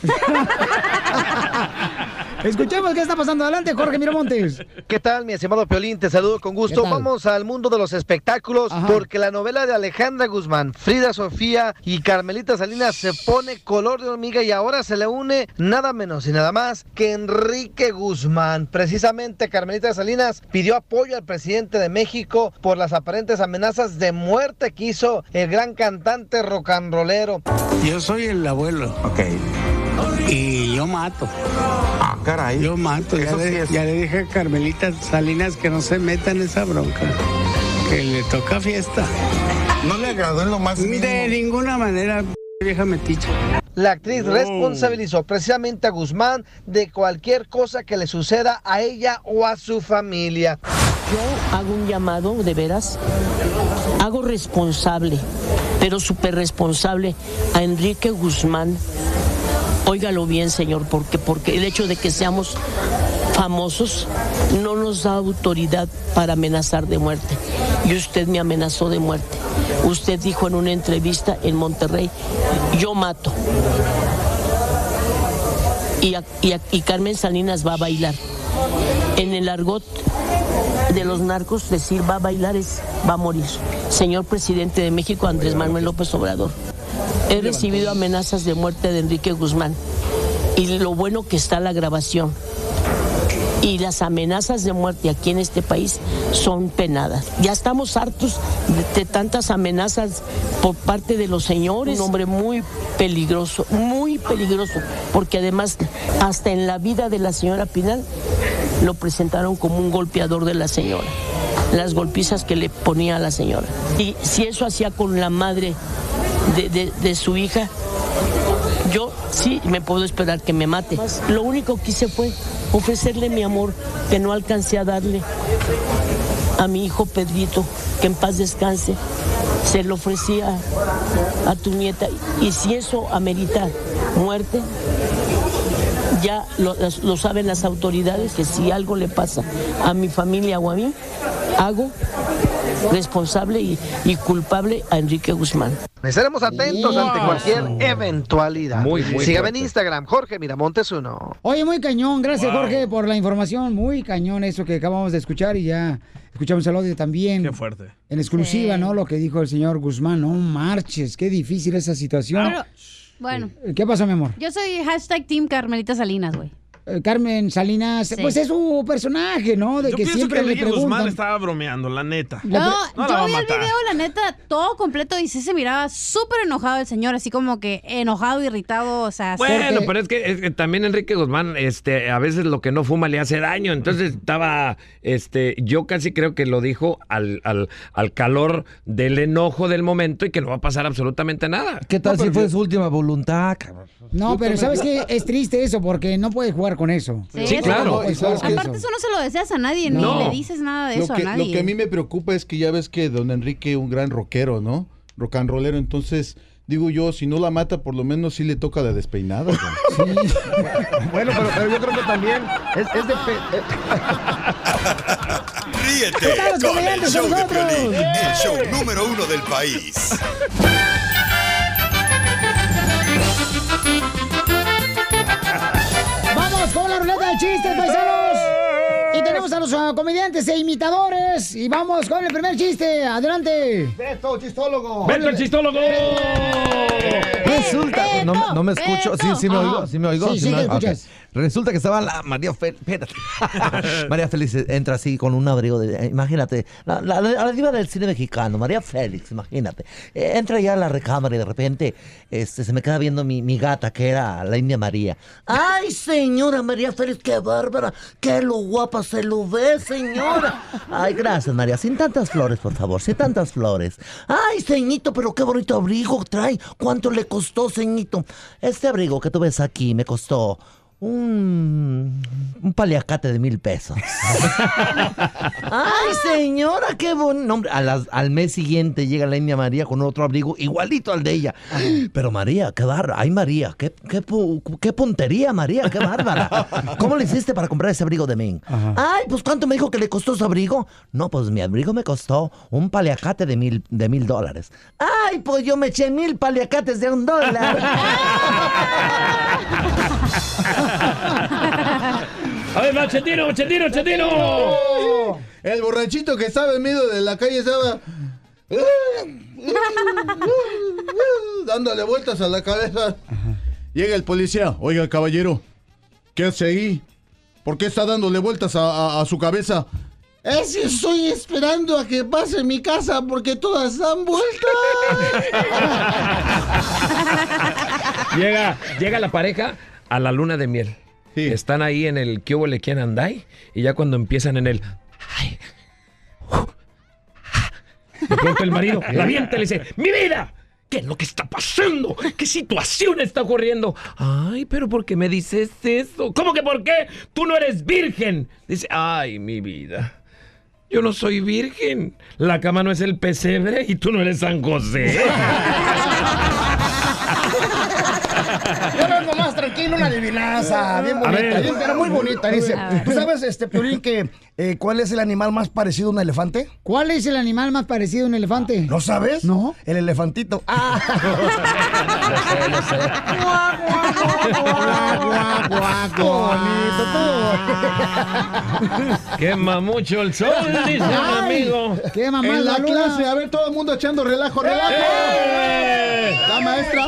Escuchemos qué está pasando. Adelante, Jorge Miramontes. ¿Qué tal, mi estimado Piolín? Te saludo con gusto. Vamos al mundo de los espectáculos. Ajá. Porque la novela de Alejandra Guzmán, Frida Sofía y Carmelita Salinas se pone color de hormiga y ahora se le une nada menos y nada más que Enrique Guzmán. Precisamente Carmelita Salinas pidió apoyo al presidente de México por las aparentes amenazas de muerte que hizo el gran cantante rock and rollero. Yo soy el abuelo. Ok. Y yo mato. Ah, caray. Yo mato. Ya le, sí es... ya le dije a Carmelita Salinas que no se meta en esa bronca. Que le toca fiesta. ¿No le agradó en lo más mínimo? De ninguna manera, vieja meticha. La actriz no. responsabilizó precisamente a Guzmán de cualquier cosa que le suceda a ella o a su familia. Yo hago un llamado, de veras, hago responsable, pero súper responsable a Enrique Guzmán. Óigalo bien, señor, porque, porque el hecho de que seamos famosos no nos da autoridad para amenazar de muerte. Y usted me amenazó de muerte. Usted dijo en una entrevista en Monterrey, yo mato. Y, a, y, a, y Carmen Salinas va a bailar. En el argot de los narcos, decir va a bailar es va a morir. Señor presidente de México, Andrés Manuel López Obrador. He recibido amenazas de muerte de Enrique Guzmán y lo bueno que está la grabación. Y las amenazas de muerte aquí en este país son penadas. Ya estamos hartos de, de tantas amenazas por parte de los señores. Un hombre muy peligroso, muy peligroso, porque además hasta en la vida de la señora Pinal lo presentaron como un golpeador de la señora. Las golpizas que le ponía a la señora. Y si eso hacía con la madre De, de, de su hija, yo sí me puedo esperar que me mate. Lo único que hice fue ofrecerle mi amor, que no alcancé a darle a mi hijo Pedrito, que en paz descanse. Se lo ofrecía a tu nieta. Y si eso amerita muerte, ya lo, lo saben las autoridades, que si algo le pasa a mi familia o a mí, hago responsable y, y culpable a Enrique Guzmán. Estaremos atentos Wow. ante cualquier eventualidad. Muy, muy Sígame fuerte. en Instagram, Jorge Miramontes uno. Oye, muy cañón. Gracias, Wow. Jorge, por la información. Muy cañón eso que acabamos de escuchar y ya escuchamos el audio también. Qué fuerte. En exclusiva, Sí. ¿no? Lo que dijo el señor Guzmán. No marches, qué difícil esa situación. Pero, bueno, ¿Qué pasó, mi amor? yo soy hashtag Team Carmelita Salinas, güey. Eh, Carmen Salinas, Sí. pues es su personaje, ¿no? De Yo que pienso siempre que le Enrique Guzmán preguntan. estaba bromeando, la neta. La No, pre- No la yo va a vi el matar. video, la neta, todo completo y sí se miraba súper enojado el señor, así como que enojado, irritado, o sea... Bueno, Porque- pero es que, es que también Enrique Guzmán, este, a veces lo que no fuma le hace daño. Entonces estaba, este, yo casi creo que lo dijo al, al, al calor del enojo del momento y que no va a pasar absolutamente nada. ¿Qué tal si fue su última voluntad, cabrón? No, pero ¿sabes qué? Es triste eso porque no puedes jugar con eso. Sí, Sí, eso claro. no- No puedes jugar con Aparte eso no se lo deseas a nadie, No. ni le dices nada de Lo eso que, a nadie. lo que a mí me preocupa es que ya ves que don Enrique un gran rockero, ¿no? Rock and rollero, entonces digo yo, si no la mata, por lo menos sí le toca la despeinada. ¿no? Bueno, pero, pero yo creo que también es, es de... pe- eh, Ríete ¿Qué tal, los con el comediantes, show de nosotros? Piolín, el show número uno del país. Vamos con la ruleta de chistes, paisanos. Y tenemos a los uh, comediantes e imitadores. Y vamos con el primer chiste. Adelante. Beto, chistólogo. ¡Vete el chistólogo! Resulta, no, me- no me Beto, escucho, sí, sí me Ajá. oigo, sí me oigo. Sí, sí me te oigo. Ok. escuchas. Resulta que estaba la María Félix, espérate. María Félix entra así con un abrigo de, imagínate, la, la, la diva del cine mexicano, María Félix, imagínate. Eh, entra ya a la recámara y de repente este, se me queda viendo mi, mi gata, que era la India María. ¡Ay, señora María Félix, qué bárbara! ¡Qué lo guapa se lo ve, señora! Ay, gracias, María. Sin tantas flores, por favor, sin tantas flores. ¡Ay, ceñito, pero qué bonito abrigo trae! ¿Cuánto le costó, ceñito? Este abrigo que tú ves aquí me costó un, un paliacate de mil pesos. ¡Ay, señora, qué bonito! Hombre, a las- al mes siguiente llega la India María con otro abrigo igualito al de ella. Pero María, qué barra. Ay, María, qué, qué, pu- qué puntería, María, qué bárbara. ¿Cómo le hiciste para comprar ese abrigo de mí? Ay, pues ¿cuánto me dijo que le costó su abrigo? No, pues mi abrigo me costó un paliacate de mil, de mil dólares. Ay, pues yo me eché mil paliacates de un dólar. A ver, va, Chetino, Chetino, Chetino. El borrachito que estaba en medio de la calle estaba dándole vueltas a la cabeza. Llega el policía. Oiga, caballero, ¿qué hace ahí? ¿Por qué está dándole vueltas a, a- a su cabeza? Es que estoy esperando a que pase mi casa porque todas dan vueltas. Llega, llega la pareja a la luna de miel. Están ahí en el ¿qué hubo le quién andáis? Y ya cuando empiezan en el ay, uh, ah, de pronto el marido la avienta y le dice, ¡mi vida! ¿Qué es lo que está pasando? ¿Qué situación está ocurriendo? Ay, pero ¿por qué me dices eso? ¿Cómo que por qué? Tú no eres virgen. Dice, ay, mi vida. Yo no soy virgen. La cama no es el pesebre y tú no eres San José. Yo vengo más tranquilo, una adivinanza, bien A bonita, ver. bien, pero muy bonita, dice. A ver. ¿Tú sabes, este, Piolín, que eh, cuál es el animal más parecido a un elefante? ¿Cuál es el animal más parecido a un elefante? ¿No sabes? No. El elefantito. Ah. Lo sé, lo sé. Quema mucho el sol, dice mi amigo. Quema más En la la luna. clase, a ver, todo el mundo echando relajo, relajo. ¡Eh! La maestra.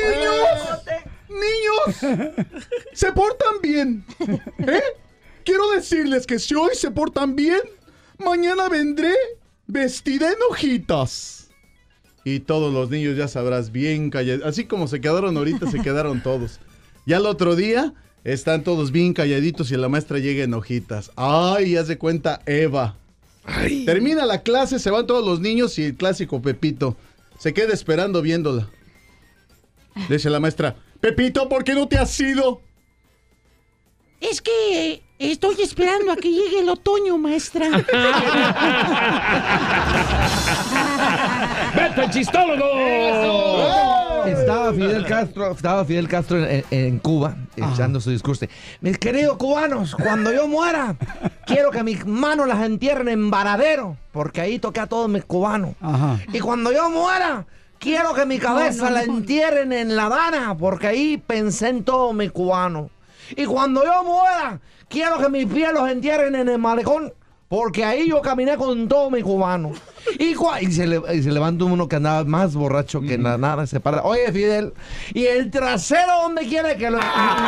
¡Niños! ¡Niños! ¡Se portan bien! ¿Eh? Quiero decirles que si hoy se portan bien, mañana vendré vestida en hojitas. Y todos los niños, ya sabrás, bien callados. Así como se quedaron ahorita, se quedaron todos. Ya el otro día, están todos bien calladitos y la maestra llega en hojitas. ¡Ay, haz de cuenta Eva! Ay. Termina la clase, se van todos los niños y el clásico Pepito se queda esperando viéndola. Le dice la maestra, Pepito, ¿por qué no te has ido? Es que estoy esperando a que llegue el otoño, maestra. ¡Vete el chistólogo! Estaba Fidel Castro, estaba Fidel Castro en, en Cuba, echando su discurso. Mis queridos cubanos, cuando yo muera, quiero que mis manos las entierren en Varadero, porque ahí toqué a todos mis cubanos. Ajá. Y cuando yo muera, quiero que mi cabeza No, no, la no. entierren en La Habana, porque ahí pensé en todos mis cubanos. Y cuando yo muera, quiero que mis pies los entierren en el malecón, porque ahí yo caminé con todos mis cubanos. Y, cua- y, se le- y se levanta uno que andaba más borracho que na- nada, se para. Oye, Fidel, ¿y el trasero dónde quiere que lo...?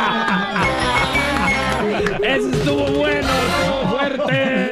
Ese estuvo bueno, estuvo fuerte.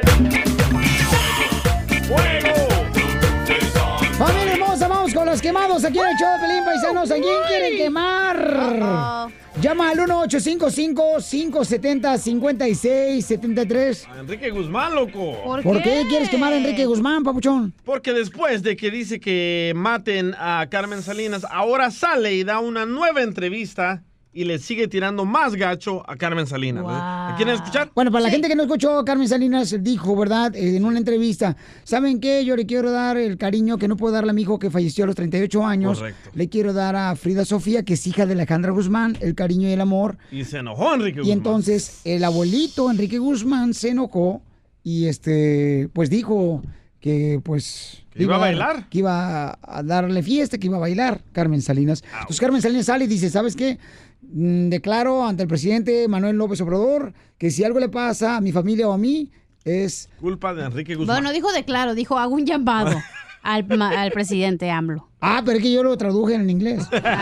Familia hermosa, vamos con los quemados aquí en el show de Pelín, paisanos. ¿A quién quieren quemar? Llama al uno ocho cinco cinco, cinco siete cero, cinco seis siete tres. A Enrique Guzmán, loco. ¿Por, qué? quieres quemar a Enrique Guzmán, papuchón? Porque después de que dice que maten a Carmen Salinas, ahora sale y da una nueva entrevista y le sigue tirando más gacho a Carmen Salinas. ¿La quieren escuchar? Bueno, para la gente que no escuchó, Carmen Salinas dijo, ¿verdad? Eh, En una entrevista, ¿saben qué? Yo le quiero dar el cariño que no puedo darle a mi hijo que falleció a los treinta y ocho años. Correcto. Le quiero dar a Frida Sofía, que es hija de Alejandra Guzmán, el cariño y el amor. Y se enojó Enrique Y Guzmán. entonces el abuelito Enrique Guzmán se enojó y este, pues dijo que pues... ¿Que iba a dar- bailar? Que iba a, a darle fiesta, que iba a bailar Carmen Salinas. Entonces Carmen Salinas sale y dice, ¿sabes qué? Mm, declaro ante el presidente Manuel López Obrador que si algo le pasa a mi familia o a mí, es... Culpa de Enrique Guzmán. Bueno, dijo de claro, dijo hago un llamado al, ma- al presidente AMLO. Ah, pero es que yo lo traduje en inglés.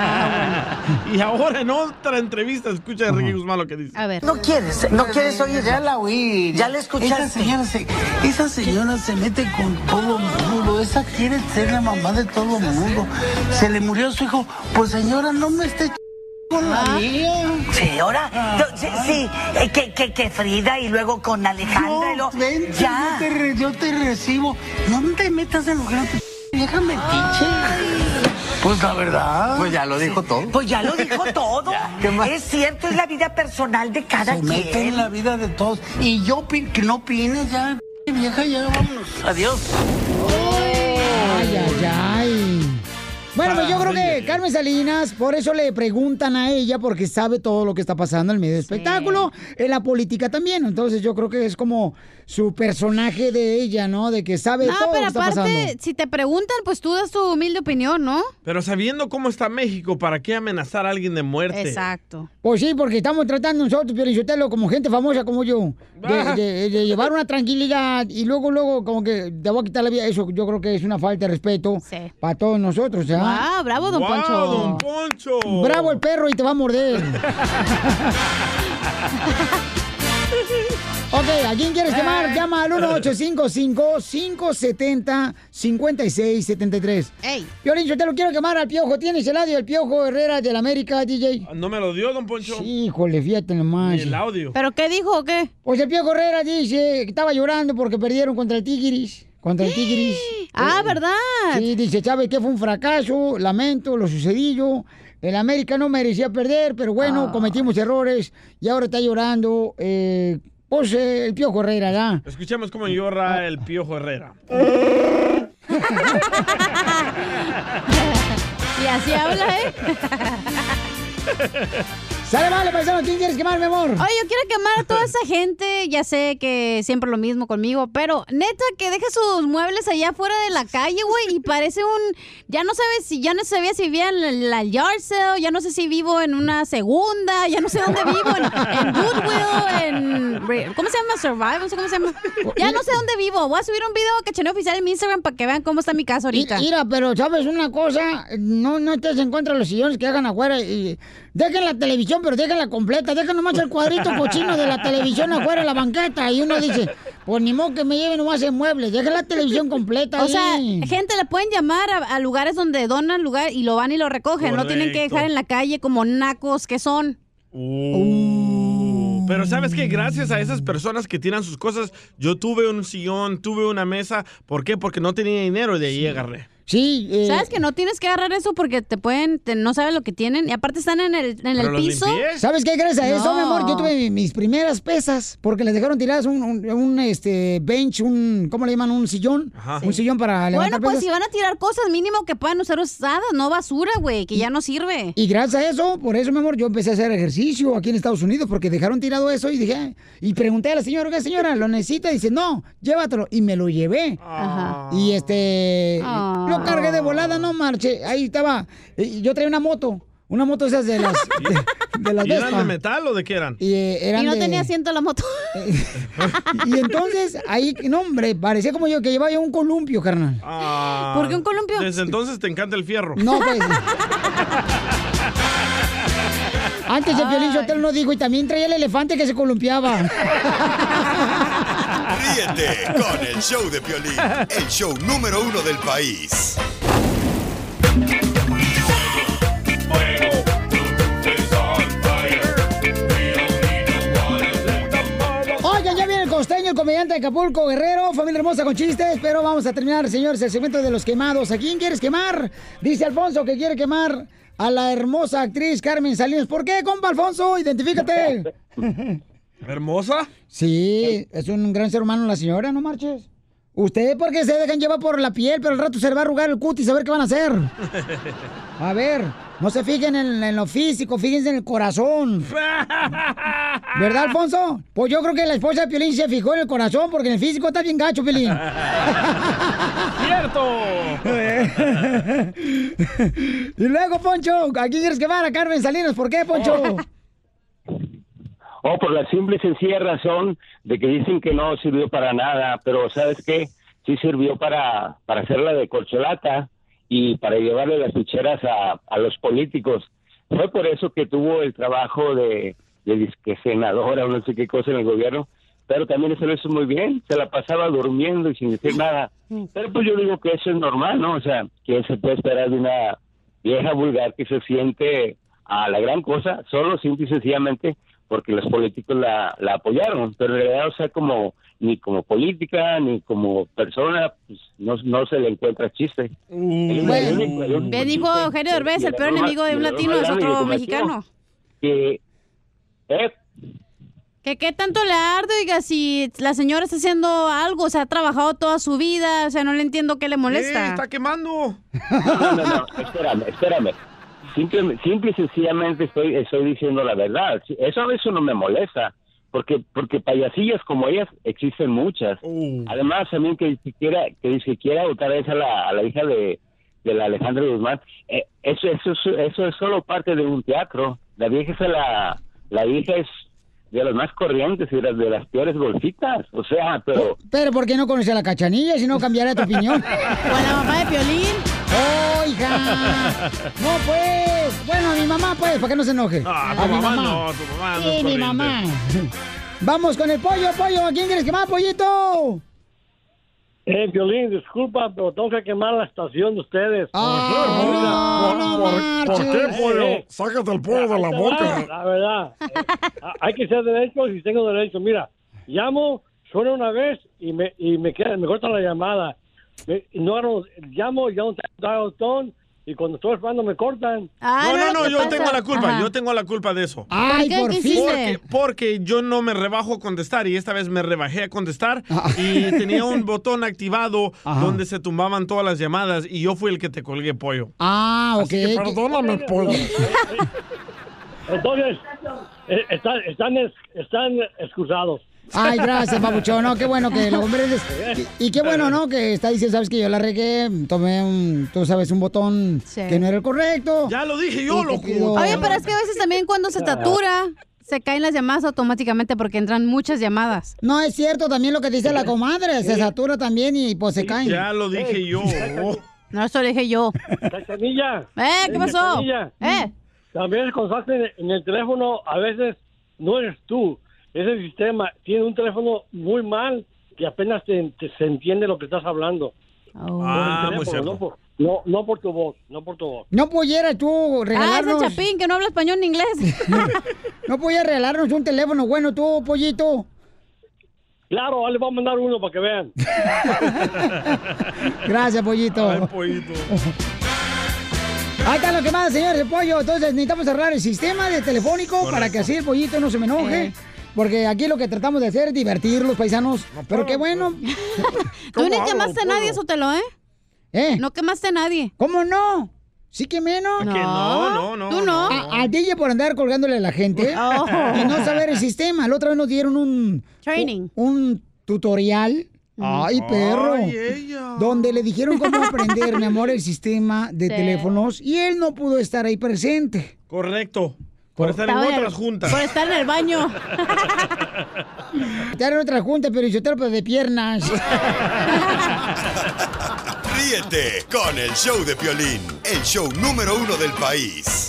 Y ahora en otra entrevista escucha a Enrique Guzmán lo que dice. A ver. No quieres, no quieres oír. Ya la oí. Ya la escuchaste. Esa señora se, esa señora se mete con todo mundo. Esa quiere ser la mamá de todo mundo. Se le murió su hijo. Pues señora, no me esté ch- con la mía. Señora, yo- sí, sí, eh, que, que, que Frida y luego con Alejandra y No, lo... vente, ya. Yo, te re- yo te recibo. No te metas en lo que no te... Vieja metiche. Pues la verdad. Pues ya lo dijo todo. Pues ya lo dijo todo. ¿Qué más? Es cierto, es la vida personal de cada Se quien. mete en la vida de todos. Y yo opin- que no opines ya, vieja, ya vámonos. Adiós. Ay, ay, ay. Bueno, pues yo creo que Carmen Salinas, por eso le preguntan a ella, porque sabe todo lo que está pasando en el medio del espectáculo, en la política también. Entonces yo creo que es como su personaje de ella, ¿no? De que sabe No, todo lo pero que está aparte, pasando. si te preguntan, pues tú das tu humilde opinión, ¿no? Pero sabiendo cómo está México, ¿para qué amenazar a alguien de muerte? Exacto. Pues sí, porque estamos tratando nosotros, Piolichotelo, como gente famosa como yo, de, Ah. de- de llevar una tranquilidad y luego, luego, como que te voy a quitar la vida. Eso yo creo que es una falta de respeto para todos nosotros, ¿ah? Guau, bravo, don Guau, Poncho. don Poncho. Bravo el perro y te va a morder. Ok, ¿a quién quieres quemar? Llama al uno ocho cinco cinco, cinco siete cero, cinco seis siete tres. Ey. Piolín, yo te lo quiero quemar al Piojo. ¿Tienes el audio del Piojo Herrera del América, D J? ¿No me lo dio, don Poncho? Sí, híjole, fíjate nomás. Ni el audio. ¿Pero qué dijo o qué? Pues el Piojo Herrera dice que estaba llorando porque perdieron contra el Tigris. Contra el Tigris. Ah, Eh, ¿verdad? Sí, dice, ¿sabe qué? Fue un fracaso, lamento lo sucedido. El América no merecía perder, pero bueno, cometimos errores y ahora está llorando. Eh, pues eh, el Piojo Herrera, ¿ya? Escuchemos cómo llora el Piojo Herrera. Y así habla, ¿eh? Sale, vale, paisano, ¿quién quieres quemar, mi amor? Oye, yo quiero quemar a toda esa gente. Ya sé que siempre lo mismo conmigo, pero neta que deja sus muebles allá afuera de la calle, güey, y parece un... Ya no sabes si... Ya no sabía si vivía en la, la yard sale, ya no sé si vivo en una segunda, ya no sé dónde vivo, en, en Goodwill, en... ¿Cómo se llama? Survive, no sé cómo se llama. Ya no sé dónde vivo. Voy a subir un video cachaneo oficial en mi Instagram para que vean cómo está mi casa ahorita. Mira, pero ¿sabes una cosa? No, no estés en contra de los sillones que hagan afuera y dejen la televisión, pero déjenla completa, dejen nomás el cuadrito cochino de la televisión afuera en la banqueta y uno dice, pues ni modo que me lleven nomás en muebles, dejen la televisión completa O sea, ahí. gente le pueden llamar a, a lugares donde donan lugar y lo van y lo recogen. No tienen que Correcto. dejar en la calle como nacos que son. Uh, Pero ¿sabes qué? Gracias a esas personas que tiran sus cosas, yo tuve un sillón, tuve una mesa. ¿Por qué? Porque no tenía dinero y de ahí agarré. Sí. Eh, ¿Sabes que no tienes que agarrar eso porque te pueden, te- no sabes lo que tienen? Y aparte están en el, en el ¿Pero los piso. limpié? ¿Sabes qué? Gracias a eso, No. mi amor, yo tuve mi- mis primeras pesas porque les dejaron tiradas un, un, un, este, bench, un, ¿cómo le llaman? Un sillón. Un sillón para levantar Bueno, pues pesas. si van a tirar cosas, mínimo que puedan usar usadas, no basura, güey, que ya no sirve. Y gracias a eso, por eso, mi amor, yo empecé a hacer ejercicio aquí en Estados Unidos porque dejaron tirado eso y dije, "Ay", y pregunté a la señora, ¿qué señora? ¿Lo necesita? Y dice, no, llévatelo. Y me lo llevé. Ajá. Y este, Ah. lo cargué de volada, no marche. Ahí estaba. Y yo traía una moto, una moto esas de las, de, de las ¿Y eran Vespa. de metal o de qué eran? Y, eh, eran Y no de- tenía asiento la moto. Y entonces, ahí, no, hombre, parecía como yo que llevaba yo un columpio, carnal. Ah, ¿Por qué un columpio? Desde entonces te encanta el fierro. No, pues. Antes el Piolín Sotelo no dijo, y también traía el elefante que se columpiaba. Ríete con el show de Piolín, el show número uno del país. Oigan, ya viene el costeño, el comediante de Acapulco, Guerrero, familia hermosa con chistes, pero vamos a terminar, señores, el segmento de los quemados. ¿A quién quieres quemar? Dice Alfonso que quiere quemar a la hermosa actriz Carmen Salinas. ¿Por qué, compa Alfonso? Identifícate. ¿Hermosa? Sí, es un gran ser humano la señora, no marches. Usted porque se dejan llevar por la piel, pero al rato se le va a arrugar el cutis a ver qué van a hacer. A ver, no se fijen en, en lo físico, fíjense en el corazón. ¿Verdad, Alfonso? Pues yo creo que la esposa de Piolín se fijó en el corazón porque en el físico está bien gacho, Piolín. ¡Cierto! Y luego, Poncho, ¿a quién quieres quemar? A Carmen Salinas. ¿Por qué, Poncho? Oh, por la simple y sencilla razón de que dicen que no sirvió para nada, pero ¿sabes qué? Sí sirvió para, para hacerla de corcholata y para llevarle las ficheras a, a los políticos. Fue por eso que tuvo el trabajo de, de disque senadora o no sé qué cosa en el gobierno, pero también eso lo hizo muy bien, se la pasaba durmiendo y sin decir nada. Pero pues yo digo que eso es normal, ¿no? O sea, que se puede esperar de una vieja vulgar que se siente a la gran cosa, solo simple y sencillamente porque los políticos la, la apoyaron, pero en realidad, o sea, como ni como política, ni como persona, pues no, no se le encuentra chiste. El- el único- el único Bien dijo chiste Eugenio Derbez, y el peor error enemigo más- de un y el error latino más es grande que otro cometió, mexicano. Que, eh, ¿Que qué tanto le arde, oiga, si la señora está haciendo algo, o sea, ha trabajado toda su vida, o sea, no le entiendo qué le molesta. ¡Eh, está quemando! no, no, no, espérame, espérame. Simple, simple y sencillamente estoy, estoy diciendo la verdad. Sí, eso a veces no me molesta, porque porque payasillas como ellas existen muchas. Además, también que, que quiera que dice que quiera votar a esa a la, a la hija de, de la Alejandra Guzmán, eh, eso, eso, eso, eso es solo parte de un teatro. La vieja es la, la hija es de las más corrientes y de las, de las peores bolsitas. O sea, pero... Pero ¿por qué no conoce a la Cachanilla si no cambiará tu opinión? ¿O a la mamá de Piolín? ¡Oh, hija! No, pues. Bueno, a mi mamá, pues, para que no se enoje. Ah, a tu mi mamá no, tu mamá no Sí, es mi corriente. mamá. Vamos con el pollo, pollo. ¿A quién quieres quemar, pollito? Eh, Violín, disculpa, pero tengo que quemar la estación de ustedes. Ah, no, no ¿Por qué, pollo? Sácate el pollo de la boca. La verdad, eh, hay que ser derechos y tengo derecho. Mira, llamo, suena una vez y me y me queda, me cortan la llamada. Me, no, no, llamo, ya un tone y cuando estoy esperando me cortan. no, no, no, yo tengo la culpa, yo tengo la culpa de eso. Ay, ¿por qué? ¿Qué hiciste? Porque, porque yo no me rebajo a contestar y esta vez me rebajé a contestar y tenía un botón activado donde se tumbaban todas las llamadas y yo fui el que te colgué, pollo. Ah, ok. Así que perdóname, pollo. Entonces, eh, están, están, es- están excusados. Ay, gracias, papuchón. No, qué bueno que lo comprendes. Y, y qué bueno, ¿no? Que está diciendo, sabes que yo la regué, tomé un, tú sabes, un botón que no era el correcto. Ya lo dije yo, loco. Oye, pero es que a veces también cuando se satura, se caen las llamadas automáticamente porque entran muchas llamadas. No, es cierto, también lo que dice la comadre, se satura también y pues se caen. Ya lo dije yo. No, eso lo dije yo. Cachanilla. ¿Eh? ¿Qué pasó? Cachanilla. ¿Eh? También cuando estás en, en el teléfono, a veces no eres tú. Ese sistema tiene un teléfono muy mal que apenas te, te- se entiende lo que estás hablando. Ah, Por el muy teléfono, cierto. No por, no, no por tu voz, no por tu voz. No pudieras tú Ah, regalarnos... ese Chapín que no habla español ni inglés. No pudieras regalarnos un teléfono bueno tú, pollito. Claro, le voy a mandar uno para que vean. Gracias, pollito. Ay, pollito. Ahí está lo que más, señores, el pollo. Entonces necesitamos cerrar el sistema de telefónico. Correcto. Para que así el pollito no se me enoje. Eh. Porque aquí lo que tratamos de hacer es divertir los paisanos. No, pero qué bueno. Tú ni quemaste a nadie, Sotelo, ¿eh? ¿Eh? No quemaste a nadie. ¿Cómo no? ¿Sí quemé, no? No. Que no, no, no. ¿Tú no? A, a D J por andar colgándole a la gente oh. y no saber el sistema. La otra vez nos dieron un... Training. Un, un tutorial. Ay, perro. Ay, ella. Donde le dijeron cómo aprender, mi amor, el sistema de sí. teléfonos. Y él no pudo estar ahí presente. Correcto. Por estar en otras juntas. Por estar en el baño. Estar en otras juntas, pero yo te de piernas. Ríete con el show de Piolín, el show número uno del país.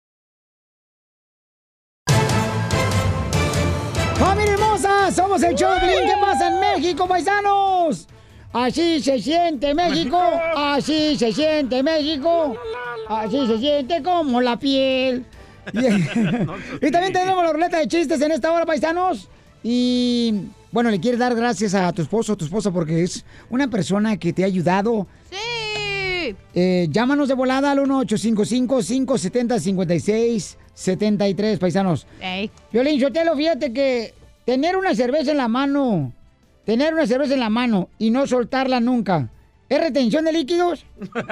¡Familia hermosa! Somos el show de Piolín. ¿Qué pasa en México, paisanos? Así se siente México, así se siente México, así se siente como la piel. Y, y también tenemos la ruleta de chistes en esta hora, paisanos. Y bueno, le quieres dar gracias a tu esposo o tu esposa porque es una persona que te ha ayudado. Sí. Eh, llámanos de volada al uno ocho cinco cinco, cinco siete cero, cinco seis siete tres, paisanos. Hey. Violín Sotelo, fíjate que tener una cerveza en la mano, tener una cerveza en la mano y no soltarla nunca, ¿es retención de líquidos?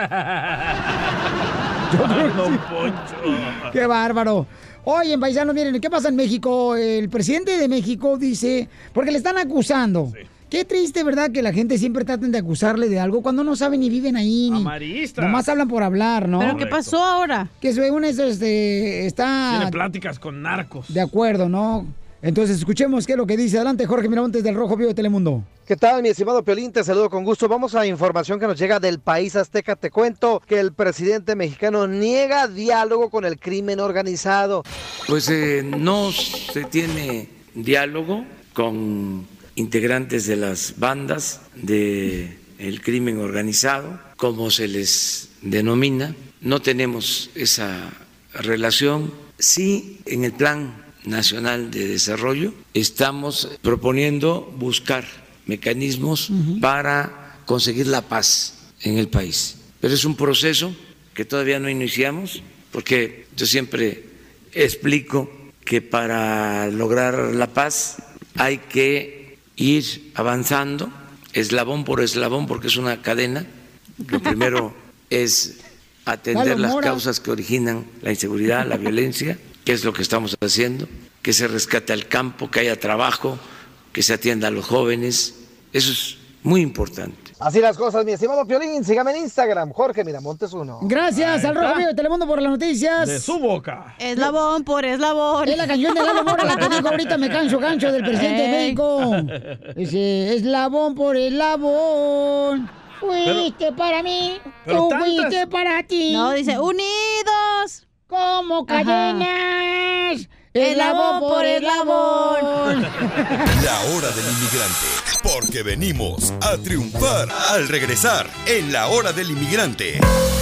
Yo creo que sí. Poncho. ¡Qué bárbaro! Oye, paisanos, miren, ¿qué pasa en México? El presidente de México dice... Porque le están acusando. Sí. Qué triste, ¿verdad? Que la gente siempre traten de acusarle de algo cuando no saben ni viven ahí. Ni, Amaristas. Nomás hablan por hablar, ¿no? ¿Pero qué pasó ahora? Que según eso este, está... Tiene pláticas con narcos. De acuerdo, ¿no? Entonces, escuchemos qué es lo que dice. Adelante, Jorge Miramontes del Rojo Vivo de Telemundo. ¿Qué tal, mi estimado Piolín? Te saludo con gusto. Vamos a información que nos llega del país azteca. Te cuento que el presidente mexicano niega diálogo con el crimen organizado. Pues eh, no se tiene diálogo con integrantes de las bandas del crimen organizado, como se les denomina. No tenemos esa relación. Sí, en el plan nacional de desarrollo estamos proponiendo buscar mecanismos uh-huh. para conseguir la paz en el país. Pero es un proceso que todavía no iniciamos, porque yo siempre explico que para lograr la paz hay que ir avanzando eslabón por eslabón, porque es una cadena. Lo primero es atender las causas que originan la inseguridad, la violencia, que es lo que estamos haciendo, que se rescate al campo, que haya trabajo, que se atienda a los jóvenes. Eso es muy importante. Así las cosas, mi estimado Piolín. Sígame en Instagram, Jorge Miramontes uno. Gracias al Rojo Vivo de Telemundo por las noticias. De su boca. Eslabón por eslabón. Es la canción de Lalo Mora la que dijo ahorita me canso gancho del presidente hey. de México. Dice, eslabón por eslabón. Fuiste pero, para mí, tú tantas... fuiste para ti. No, dice, unidos. Como cadenas. Eslabón por eslabón. La hora del inmigrante, porque venimos a triunfar al regresar en la hora del inmigrante.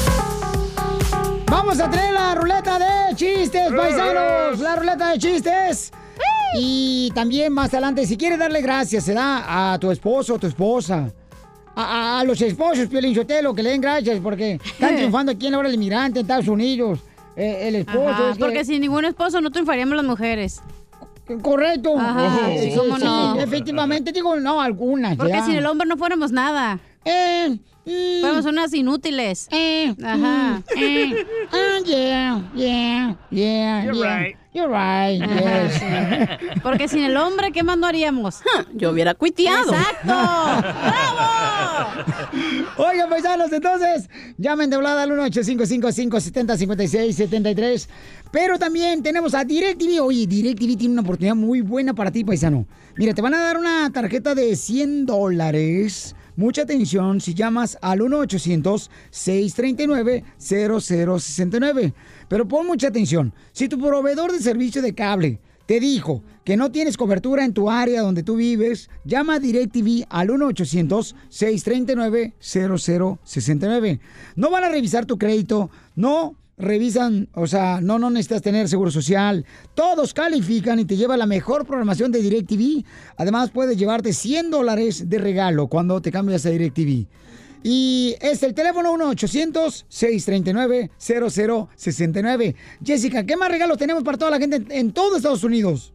Vamos a tener la ruleta de chistes, paisanos. La ruleta de chistes. Y también más adelante, si quieres darle gracias, se da a tu esposo o tu esposa. A, a, a los esposos, Piolín Sotelo, que le den gracias porque están triunfando aquí en la hora del inmigrante en Estados Unidos. Eh, el esposo. Ajá, es porque que... sin ningún esposo no triunfaríamos las mujeres. Correcto. Ajá, sí, ¿cómo sí, no? Efectivamente, digo, no, algunas. Porque ya. sin el hombre no fuéramos nada. Eh, mm, fuéramos unas inútiles. Eh, Ajá. Mm, eh, uh, yeah, yeah, yeah. You're yeah. right. You're right, yes. Porque sin el hombre, ¿qué más no haríamos? Yo hubiera cuiteado. ¡Exacto! ¡Bravo! Oigan, paisanos, entonces, llamen de volada al uno ocho cinco cinco, cinco siete cero, cinco seis siete tres. Pero también tenemos a DirecTV. Oye, DirecTV tiene una oportunidad muy buena para ti, paisano. Mira, te van a dar una tarjeta de cien dólares. Mucha atención si llamas al uno ochocientos, seiscientos treinta y nueve, cero cero sesenta y nueve. Pero pon mucha atención. Si tu proveedor de servicio de cable te dijo que no tienes cobertura en tu área donde tú vives, llama a DirecTV al uno ochocientos, seiscientos treinta y nueve, cero cero sesenta y nueve. No van a revisar tu crédito, no revisan, o sea, no, no necesitas tener seguro social. Todos califican y te lleva la mejor programación de DirecTV. Además, puedes llevarte cien dólares de regalo cuando te cambias a DirecTV. Y es el teléfono uno ochocientos, seiscientos treinta y nueve, cero cero sesenta y nueve. Jessica, ¿qué más regalos tenemos para toda la gente en, en todo Estados Unidos?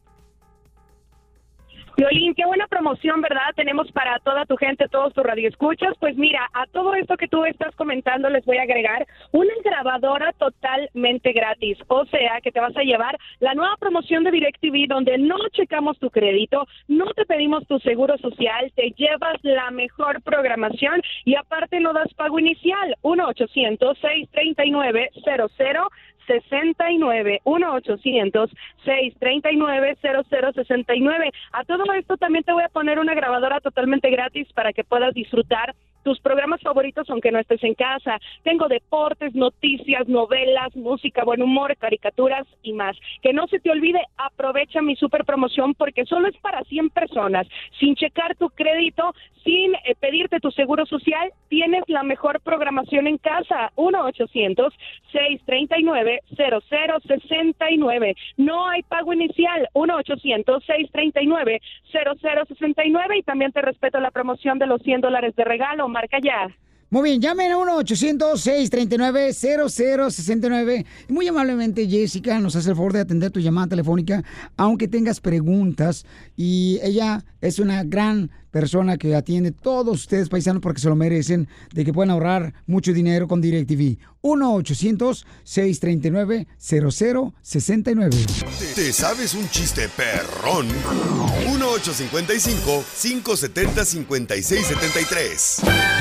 Piolín, qué buena promoción, ¿verdad? Tenemos para toda tu gente, todos tus radioescuchas. Pues mira, a todo esto que tú estás comentando les voy a agregar una grabadora totalmente gratis. O sea, que te vas a llevar la nueva promoción de DirecTV donde no checamos tu crédito, no te pedimos tu seguro social, te llevas la mejor programación y aparte no das pago inicial. uno ochocientos, seiscientos treinta y nueve, cero cero sesenta y nueve, uno ochocientos, seiscientos treinta y nueve, cero cero sesenta y nueve. A todo esto también te voy a poner una grabadora totalmente gratis para que puedas disfrutar tus programas favoritos aunque no estés en casa. Tengo deportes, noticias, novelas, música, buen humor, caricaturas y más. Que no se te olvide, aprovecha mi super promoción porque solo es para cien personas. Sin checar tu crédito, sin eh, pedirte tu seguro social, tienes la mejor programación en casa. uno ochocientos, seiscientos treinta y nueve, cero cero sesenta y nueve. No hay pago inicial. uno ochocientos, seiscientos treinta y nueve, cero cero sesenta y nueve. Y también te respeto la promoción de los cien dólares de regalo. Marca ya. Muy bien, llamen a uno ochocientos, seiscientos treinta y nueve, cero cero sesenta y nueve. Y muy amablemente Jessica nos hace el favor de atender tu llamada telefónica, aunque tengas preguntas. Y ella es una gran persona que atiende a todos ustedes, paisanos, porque se lo merecen, de que pueden ahorrar mucho dinero con DirecTV. uno ochocientos, seiscientos treinta y nueve, cero cero sesenta y nueve. ¿Te sabes un chiste perrón? uno ochocientos cincuenta y cinco, cinco setenta, cincuenta y seis setenta y tres.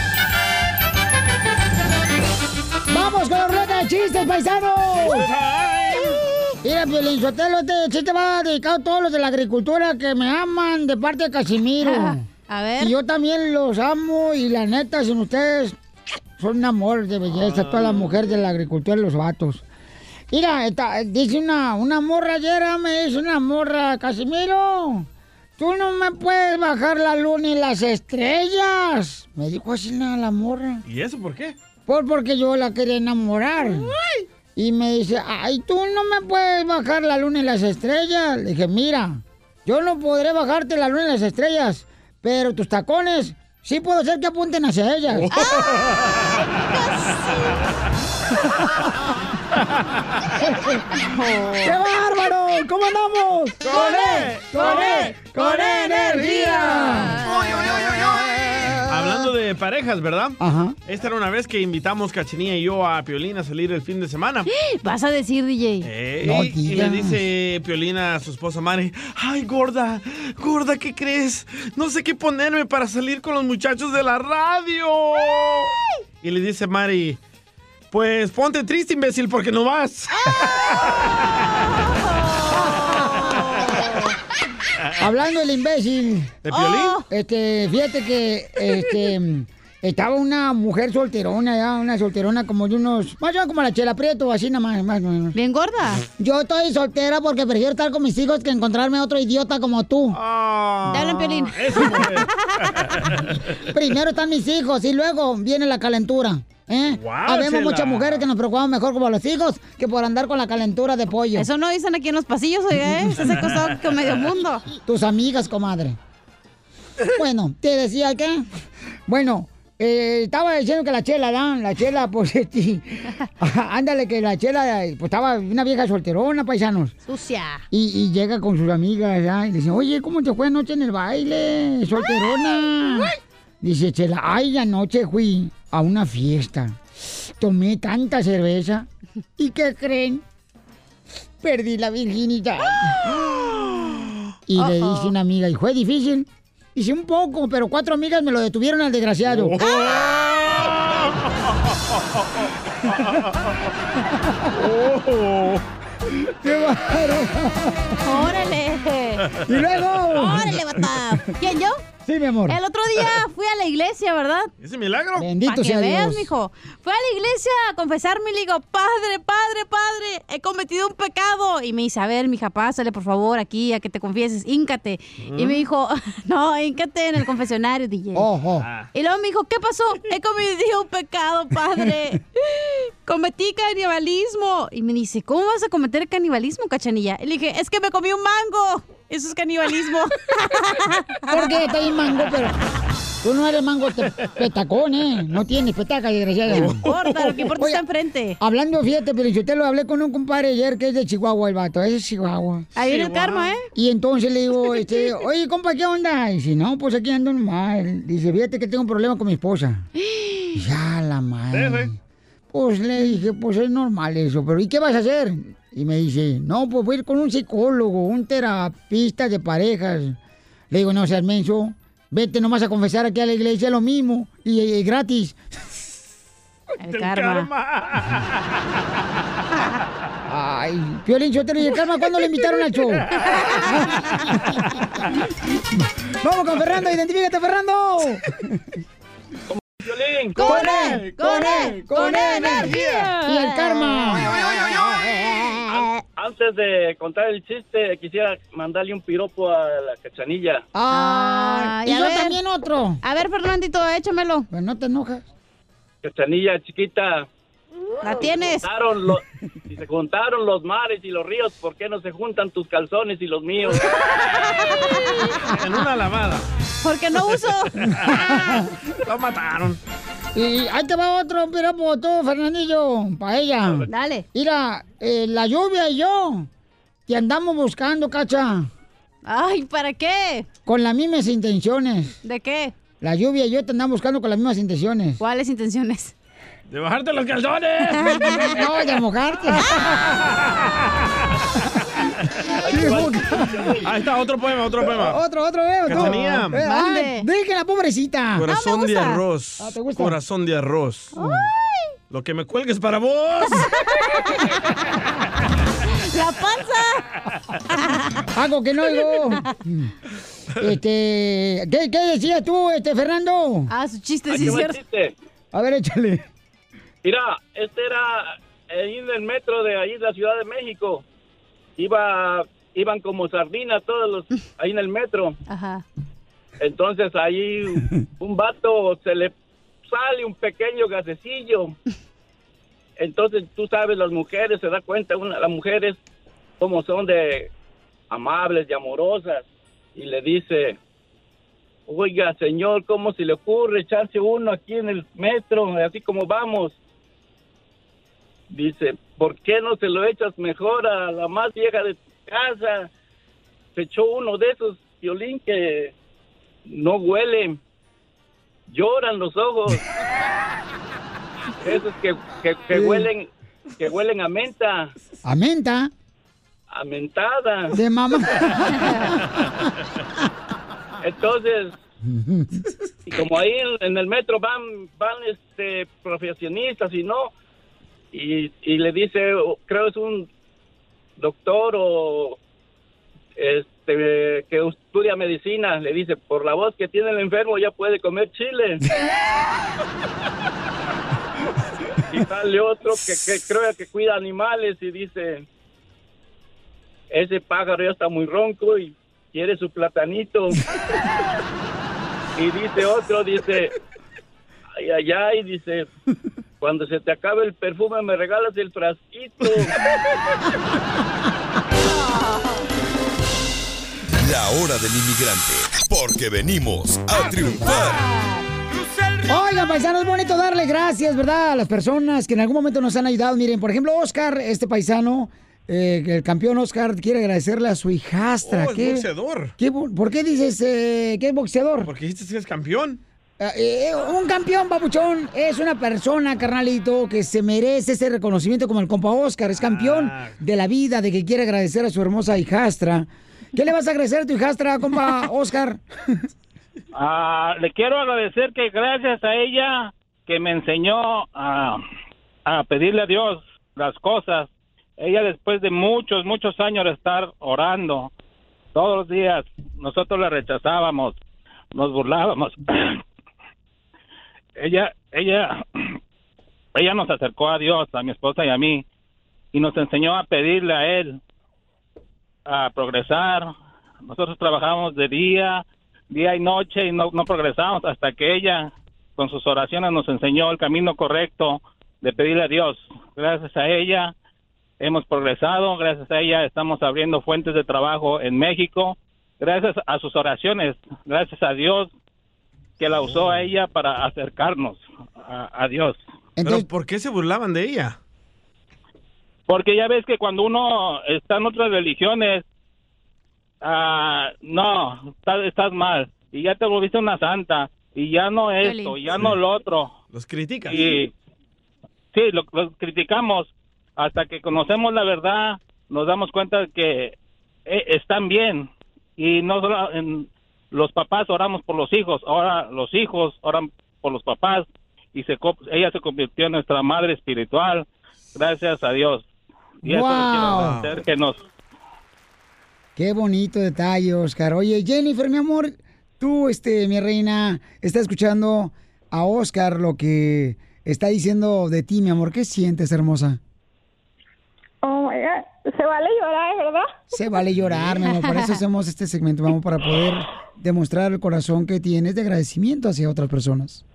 ¡Vamos con la ruleta de chistes, paisanos! Mira, Piolín Sotelo, este chiste va dedicado a todos los de la agricultura que me aman de parte de Casimiro. A ver. Y yo también los amo y la neta, sin ustedes, son un amor de belleza, todas las mujeres de la agricultura y los vatos. Mira, esta, dice una, una morra ayer, me dice una morra, Casimiro, tú no me puedes bajar la luna y las estrellas. Me dijo así nada la morra. ¿Y eso por qué? Pues porque yo la quería enamorar. Uy. Y me dice, ay, tú no me puedes bajar la luna y las estrellas. Le dije, mira, yo no podré bajarte la luna y las estrellas, pero tus tacones sí puedo hacer que apunten hacia ellas. Oh. ¡Qué bárbaro! ¿Cómo andamos? ¡Con él! ¡Con él! ¡Con energía! ¡Oy, oy, oy, oy, oy! Hablando de parejas, ¿verdad? Ajá. Esta era una vez que invitamos Cachinilla y yo a Piolín a salir el fin de semana. Vas a decir, D J. Eh, No y digas. le dice Piolín a su esposa Mari, ay, gorda, gorda, ¿qué crees? No sé qué ponerme para salir con los muchachos de la radio. ¡Ay! Y le dice Mari, pues ponte triste, imbécil, porque no vas. Hablando del imbécil. ¿De Piolín? Oh, este, fíjate que este, estaba una mujer solterona, ya, una solterona como de unos, más o menos como la Chela Prieto, así nada más, más o menos. ¿Bien gorda? Yo estoy soltera porque prefiero estar con mis hijos que encontrarme otro idiota como tú. Oh, Te hablan, Piolín. Eso, mujer. Primero están mis hijos y luego viene la calentura. ¿Eh? Guau, Habemos Chela. muchas mujeres que nos preocupamos mejor como los hijos que por andar con la calentura de pollo. Eso no dicen aquí en los pasillos, oiga, ¿eh? Se ha acostado con medio mundo. Tus amigas, comadre. Bueno, te decía que... Bueno, eh, estaba diciendo que la Chela, ¿no? La Chela, pues, este, ándale, que la Chela, pues, estaba una vieja solterona, paisanos. Sucia. Y, y llega con sus amigas, ¿ya? Y le dice, oye, ¿cómo te fue anoche en el baile? Solterona. Dice Chela, ay, anoche fui a una fiesta. Tomé tanta cerveza. ¿Y qué creen? Perdí la virginidad. Y le dice una amiga, ¿y fue difícil? Dice, un poco, pero cuatro amigas me lo detuvieron al desgraciado. Oh. Oh. ¡Qué bárbaro! ¡Órale! ¡Y luego! ¡Órale, bata! ¿Quién, yo? Sí, mi amor. El otro día fui a la iglesia, ¿verdad? ¿Ese milagro? Bendito Para sea que veas, Dios. mijo. Fui a la iglesia a confesarme y le digo, padre, padre, padre, he cometido un pecado. Y me dice, a ver, mija, pásale, por favor, aquí a que te confieses, híncate. ¿Mm? Y me dijo, no, híncate en el confesionario, D J. Ojo. Y luego me dijo, ¿qué pasó? He cometido un pecado, padre. cometí canibalismo. Y me dice, ¿cómo vas a cometer canibalismo, Cachanilla? Y le dije, es que me comí un mango. Eso es canibalismo. Porque está bien mango, pero tú no eres mango te- petacón, ¿eh? No tienes petaca, desgraciada. No importa, lo que importa Oiga, está enfrente. Hablando, fíjate, pero yo te lo hablé con un compadre ayer que es de Chihuahua, el vato, ese es Chihuahua. Ahí viene el karma, ¿eh? Y entonces le digo, este, oye, compa, ¿qué onda? Y dice, no, pues aquí ando mal. Dice, fíjate que tengo un problema con mi esposa. Ya, la madre. Pues le dije, pues es normal eso, pero ¿y qué vas a hacer? Y me dice, no, pues voy a ir con un psicólogo, un terapista de parejas. Le digo, no seas menso, vete nomás a confesar aquí a la iglesia lo mismo, y, y, y gratis. El karma. Ay, Piolín Sotelo, ¿y el karma cuándo le invitaron al show? Vamos con Fernando, identifícate, Fernando. Violín. ¡Con él! ¡Con él! ¡Con energía! Y el karma. Antes de contar el chiste, quisiera mandarle un piropo a la Cachanilla. Ah, y a yo ver. también otro. A ver, Fernandito, échamelo. Pues no te enojas. Cachanilla, chiquita. La tienes. Se juntaron los, si se juntaron los mares y los ríos, ¿por qué no se juntan tus calzones y los míos? En una lavada. Porque no uso. Lo mataron. Y ahí te va otro piropo, tú, Fernandillo, para ella. Dale. Mira, eh, la lluvia y yo te andamos buscando, Cacha. Ay, ¿para qué? Con las mismas intenciones. ¿De qué? La lluvia y yo te andamos buscando con las mismas intenciones. ¿Cuáles intenciones? ¡De bajarte los calzones! No, de mojarte. Ahí está, otro poema, otro poema. Otro, otro, veo. Cachanilla. Ay, deje la pobrecita. Corazón No, me de gusta. arroz. Ah, ¿te gusta? Corazón de arroz. Lo que me cuelgues para vos. ¡La panza! Algo que no oigo. Este, ¿qué, qué decías tú, este, Fernando? Ah, su chiste, Aquí sí, es va el cierto. chiste. A ver, échale. Mira, este era ahí en el metro de ahí de la Ciudad de México. Iba, iban como sardinas todos los ahí en el metro. Ajá. Entonces ahí un vato se le sale un pequeño gasecillo. Entonces tú sabes, las mujeres se da cuenta, una, las mujeres como son de amables, de amorosas, y le dice, oiga señor, ¿cómo se le ocurre echarse uno aquí en el metro, así como vamos? Dice, ¿por qué no se lo echas mejor a la más vieja de tu casa? Se echó uno de esos, Violín, que no huele, lloran los ojos. Esos que, que, que Sí. huelen, que huelen a menta, ¿A menta? a mentada. De mamá. Entonces, y como ahí en, en el metro van, van este profesionistas y no, y, y le dice, creo es un doctor o este que estudia medicina, le dice, por la voz que tiene el enfermo ya puede comer chile. Y sale otro que, que creo que cuida animales y dice, ese pájaro ya está muy ronco y quiere su platanito. Y dice otro, dice, ay, ay, ay, dice, cuando se te acabe el perfume me regalas el frasquito. La hora del inmigrante, porque venimos a triunfar. Oigan, paisanos, es bonito darle gracias, ¿verdad? A las personas que en algún momento nos han ayudado. Miren, por ejemplo, Oscar, este paisano, eh, el campeón Oscar, quiere agradecerle a su hijastra. Oh, es boxeador. ¿Qué bo- ¿Por qué dices eh, que es boxeador? Porque dijiste que es campeón. Eh, eh, un campeón, papuchón, es una persona, carnalito, que se merece ese reconocimiento como el compa Oscar. Es campeón Ah. de la vida, de que quiere agradecer a su hermosa hijastra. ¿Qué le vas a agradecer a tu hijastra, compa Oscar? Ah, le quiero agradecer que gracias a ella que me enseñó a, a pedirle a Dios las cosas. Ella después de muchos, muchos años de estar orando todos los días, nosotros la rechazábamos, nos burlábamos. ella, ella, ella nos acercó a Dios, a mi esposa y a mí, y nos enseñó a pedirle a Él, a progresar. Nosotros trabajábamos de día, día y noche y no, no progresamos hasta que ella, con sus oraciones, nos enseñó el camino correcto de pedirle a Dios. Gracias a ella hemos progresado, gracias a ella estamos abriendo fuentes de trabajo en México, gracias a sus oraciones, gracias a Dios que la usó a ella para acercarnos a, a Dios. Pero ¿por qué se burlaban de ella? Porque ya ves que cuando uno está en otras religiones, ah, no, estás, estás mal, y ya te volviste una santa, y ya no esto, ya no lo otro. Los criticas. Y sí, los lo criticamos hasta que conocemos la verdad, nos damos cuenta que eh, están bien, y no solo en, los papás oramos por los hijos, ahora los hijos oran por los papás, y se, ella se convirtió en nuestra madre espiritual, gracias a Dios. Y wow. eso le quiero agradecer que nos... Qué bonito detalle, Oscar. Oye, Jennifer, mi amor, tú, este, mi reina, está escuchando a Oscar lo que está diciendo de ti, mi amor. ¿Qué sientes, hermosa? Oh, my God. Se vale llorar, ¿verdad? Se vale llorar, mi amor. Por eso hacemos este segmento, vamos, para poder demostrar el corazón que tienes de agradecimiento hacia otras personas.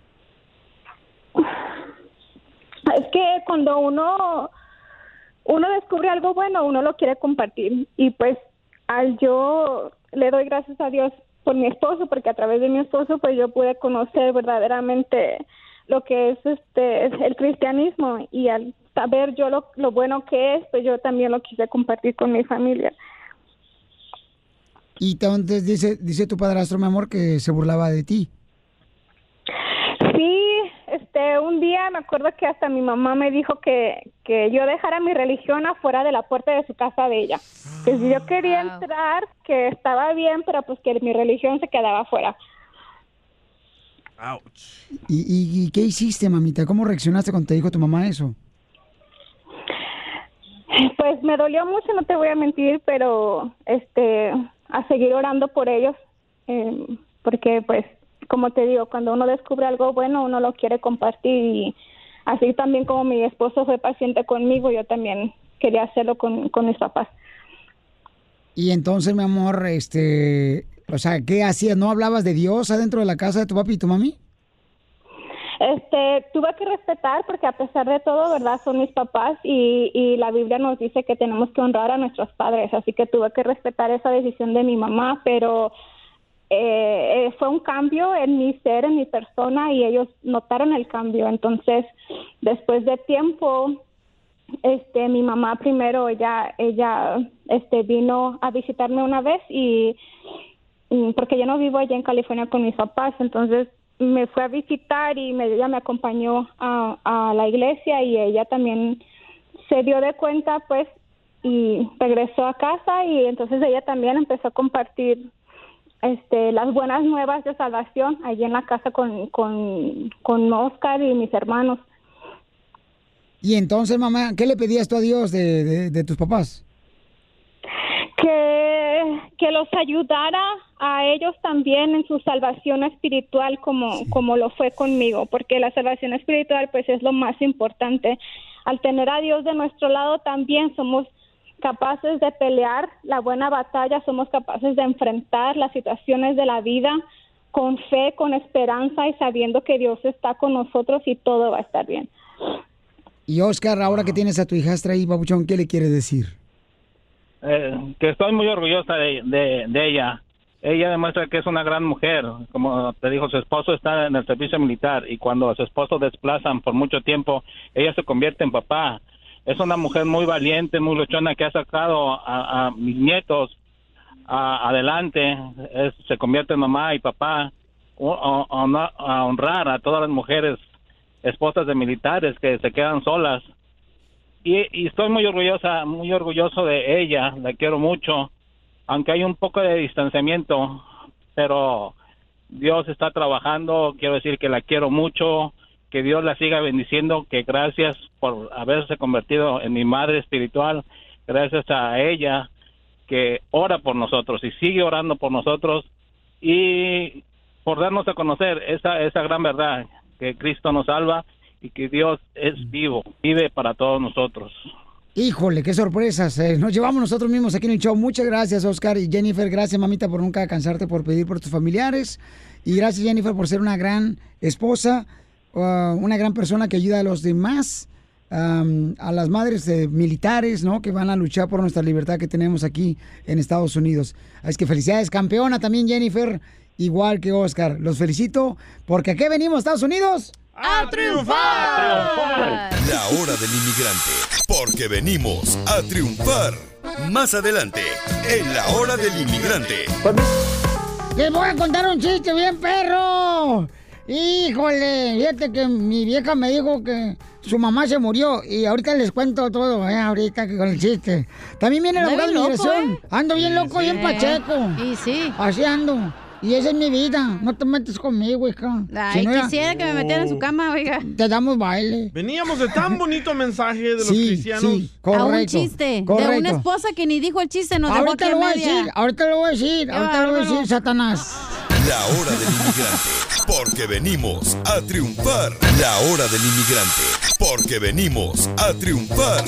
Es que cuando uno uno descubre algo bueno, uno lo quiere compartir. Y pues al yo le doy gracias a Dios por mi esposo, porque a través de mi esposo pues yo pude conocer verdaderamente lo que es este el cristianismo, y al saber yo lo, lo bueno que es, pues yo también lo quise compartir con mi familia. Y entonces dice dice tu padrastro, mi amor, que se burlaba de ti. Sí, este, un día me acuerdo que hasta mi mamá me dijo que, que yo dejara mi religión afuera de la puerta de su casa de ella. Que si yo quería entrar, que estaba bien, pero pues que mi religión se quedaba afuera. Ouch. ¿Y, y, y qué hiciste, mamita? ¿Cómo reaccionaste cuando te dijo tu mamá eso? Pues me dolió mucho, no te voy a mentir, pero este, a seguir orando por ellos, eh, porque pues, como te digo, cuando uno descubre algo bueno, uno lo quiere compartir, y así también como mi esposo fue paciente conmigo, yo también quería hacerlo con, con mis papás. Y entonces, mi amor, este, o sea, ¿qué hacías? ¿No hablabas de Dios adentro de la casa de tu papi y tu mami? Este, tuve que respetar, porque a pesar de todo, ¿verdad? Son mis papás, y, y la Biblia nos dice que tenemos que honrar a nuestros padres, así que tuve que respetar esa decisión de mi mamá, pero eh, eh, fue un cambio en mi ser, en mi persona, y ellos notaron el cambio. Entonces, después de tiempo, este, mi mamá primero, ella, ella, este, vino a visitarme una vez, y, y porque yo no vivo allá en California con mis papás, entonces me fue a visitar, y me, ella me acompañó a, a la iglesia, y ella también se dio de cuenta, pues, y regresó a casa, y entonces ella también empezó a compartir este las buenas nuevas de salvación allí en la casa con, con, con Oscar y mis hermanos. Y entonces, mamá, ¿qué le pedías tú a Dios de, de, de tus papás? Que, que los ayudara a ellos también en su salvación espiritual, como, sí. como lo fue conmigo, porque la salvación espiritual pues es lo más importante. Al tener a Dios de nuestro lado, también somos capaces de pelear la buena batalla, somos capaces de enfrentar las situaciones de la vida con fe, con esperanza, y sabiendo que Dios está con nosotros y todo va a estar bien. Y Oscar, ahora que tienes a tu hijastra ahí, babuchón, ¿qué le quieres decir? Eh, que estoy muy orgullosa de, de, de ella. Ella demuestra que es una gran mujer. Como te dijo, su esposo está en el servicio militar, y cuando a su esposo desplazan por mucho tiempo, ella se convierte en papá. Es una mujer muy valiente, muy luchona, que ha sacado a, a mis nietos a, adelante. Es, se convierte en mamá y papá. O, o, o, a honrar a todas las mujeres esposas de militares que se quedan solas. Y, y estoy muy orgullosa, muy orgulloso de ella. La quiero mucho, aunque hay un poco de distanciamiento, pero Dios está trabajando. Quiero decir que la quiero mucho, que Dios la siga bendiciendo, que gracias por haberse convertido en mi madre espiritual, gracias a ella que ora por nosotros y sigue orando por nosotros, y por darnos a conocer esa, esa gran verdad, que Cristo nos salva y que Dios es vivo, vive para todos nosotros. Híjole, qué sorpresas. Eh. Nos llevamos nosotros mismos aquí en el show. Muchas gracias, Oscar y Jennifer. Gracias, mamita, por nunca cansarte por pedir por tus familiares. Y gracias, Jennifer, por ser una gran esposa, uh, una gran persona que ayuda a los demás um, a las madres eh, militares, ¿no? Que van a luchar por nuestra libertad que tenemos aquí en Estados Unidos. Es que felicidades, campeona también, Jennifer, igual que Oscar. Los felicito porque ¿a qué venimos, Estados Unidos? ¡A triunfar! La hora del inmigrante, porque venimos a triunfar. Más adelante, en la hora del inmigrante. Les voy a contar un chiste bien perro. Híjole, fíjate que mi vieja me dijo que su mamá se murió y ahorita les cuento todo, eh, ahorita que con el chiste. También viene el Anda abogado de bien loco, inmigración. ¿eh? Ando bien loco, Sí. bien pacheco. Y sí. Así ando. Y esa es mi vida. No te metes conmigo, hija. Ay, Si no, ya- quisiera que me metieran en su cama, oiga. Te damos baile. Veníamos de tan bonito mensaje de los Sí, cristianos. sí, A un correcto, chiste. De correcto. una esposa que ni dijo el chiste, nos dejó Ahorita aquí lo a voy a media. decir, ahorita lo voy a decir, Qué ahorita lo voy a decir, bárbaro. Satanás. La hora del inmigrante, porque venimos a triunfar. La hora del inmigrante, porque venimos a triunfar.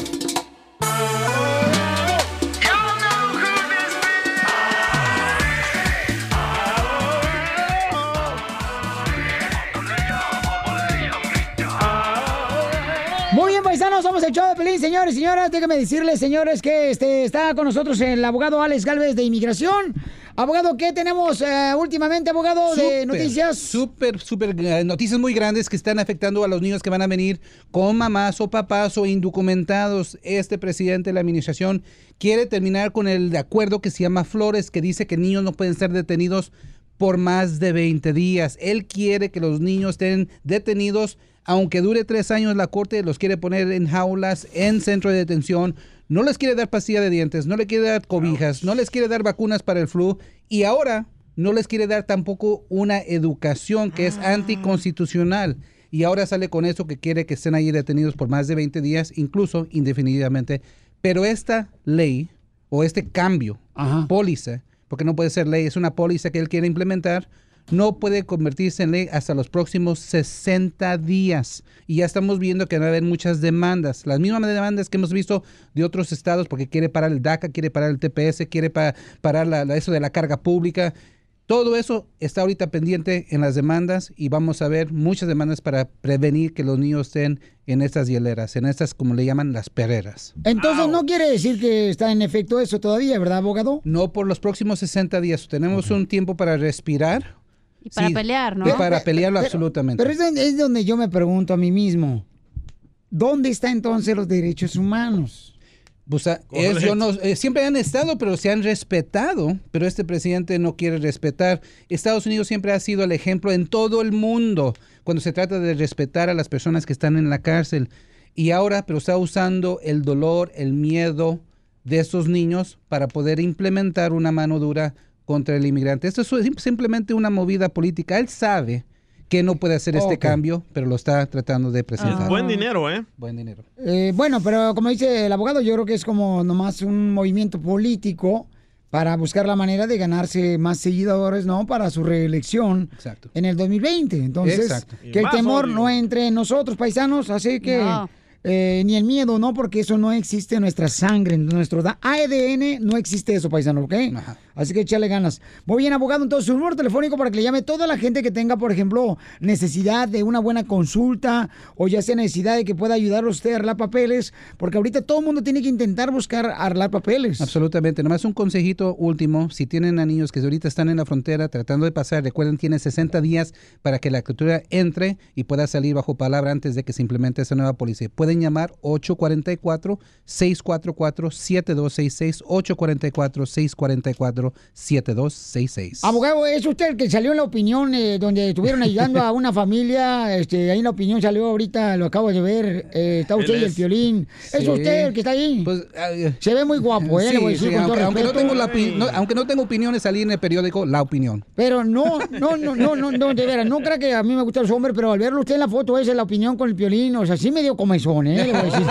Muy bien, paisanos, somos el show de Pelín, señores y señoras. Déjenme decirles, señores, que este, está con nosotros el abogado Alex Gálvez de Inmigración. Abogado, ¿qué tenemos eh, últimamente, abogado, de Súper, noticias? Súper, súper eh, noticias muy grandes que están afectando a los niños que van a venir con mamás o papás o indocumentados. Este presidente de la administración quiere terminar con el acuerdo que se llama Flores, que dice que niños no pueden ser detenidos por más de veinte días. Él quiere que los niños estén detenidos, aunque dure tres años la corte, los quiere poner en jaulas, en centro de detención. No les quiere dar pastilla de dientes, no les quiere dar cobijas, no les quiere dar vacunas para el flu y ahora no les quiere dar tampoco una educación que es anticonstitucional. Y ahora sale con eso que quiere que estén ahí detenidos por más de veinte días, incluso indefinidamente. Pero esta ley o este cambio, póliza, porque no puede ser ley, es una póliza que él quiere implementar, no puede convertirse en ley hasta los próximos sesenta días. Y ya estamos viendo que va a haber muchas demandas. Las mismas demandas que hemos visto de otros estados, porque quiere parar el DACA, quiere parar el T P S, quiere pa parar la, la, eso de la carga pública. Todo eso está ahorita pendiente en las demandas y vamos a ver muchas demandas para prevenir que los niños estén en estas hieleras, en estas, como le llaman, las perreras. Entonces no quiere decir que está en efecto eso todavía, ¿verdad, abogado? No por los próximos sesenta días. Tenemos okay. un tiempo para respirar. Y para sí, pelear, ¿no? Para pelearlo pero, absolutamente. Pero es, es donde yo me pregunto a mí mismo, ¿dónde están entonces los derechos humanos? Pues, es, yo no, eh, siempre han estado, pero se han respetado, pero este presidente no quiere respetar. Estados Unidos siempre ha sido el ejemplo en todo el mundo cuando se trata de respetar a las personas que están en la cárcel. Y ahora, pero está usando el dolor, el miedo de estos niños para poder implementar una mano dura contra el inmigrante. Esto es simplemente una movida política. Él sabe que no puede hacer este okay. cambio, pero lo está tratando de presentar. Es buen dinero, ¿eh? Buen dinero. Eh, bueno, pero como dice el abogado, yo creo que es como nomás un movimiento político para buscar la manera de ganarse más seguidores, ¿no? Para su reelección Exacto. en el dos mil veinte. Entonces, Exacto. que el temor odio. no entre en nosotros, paisanos, así que... No. Eh, ni el miedo, ¿no? Porque eso no existe en nuestra sangre, en nuestro A D N no existe eso, paisano, ¿ok? Ajá. Así que échale ganas. Muy bien, abogado, entonces su número telefónico para que le llame toda la gente que tenga, por ejemplo, necesidad de una buena consulta o ya sea necesidad de que pueda ayudar a usted a arreglar papeles, porque ahorita todo el mundo tiene que intentar buscar arreglar papeles. Absolutamente. Nomás un consejito último, si tienen a niños que ahorita están en la frontera tratando de pasar, recuerden, tienen sesenta días para que la criatura entre y pueda salir bajo palabra antes de que se implemente esa nueva policía. Pueden llamar ocho cuatro cuatro, seis cuatro cuatro, siete dos seis seis, ocho cuatro cuatro, seis cuatro cuatro, siete dos seis seis. Abogado, ¿es usted el que salió en la opinión eh, donde estuvieron ayudando a una familia? Este, ahí en la opinión salió ahorita, lo acabo de ver, eh, está usted y el Piolín. Sí. ¿Es usted el que está ahí? Pues, uh, se ve muy guapo, ¿eh? Sí, le voy a decir sí, con aunque, todo aunque, no tengo la, no, aunque no tengo opiniones, salí en el periódico La Opinión. Pero no, no, no, no, no, no, de veras, no creo que a mí me gusta su hombre, pero al verlo usted en la foto, esa es la opinión con el Piolín, o sea, sí me dio comezón, ¿eh? Le voy a decir.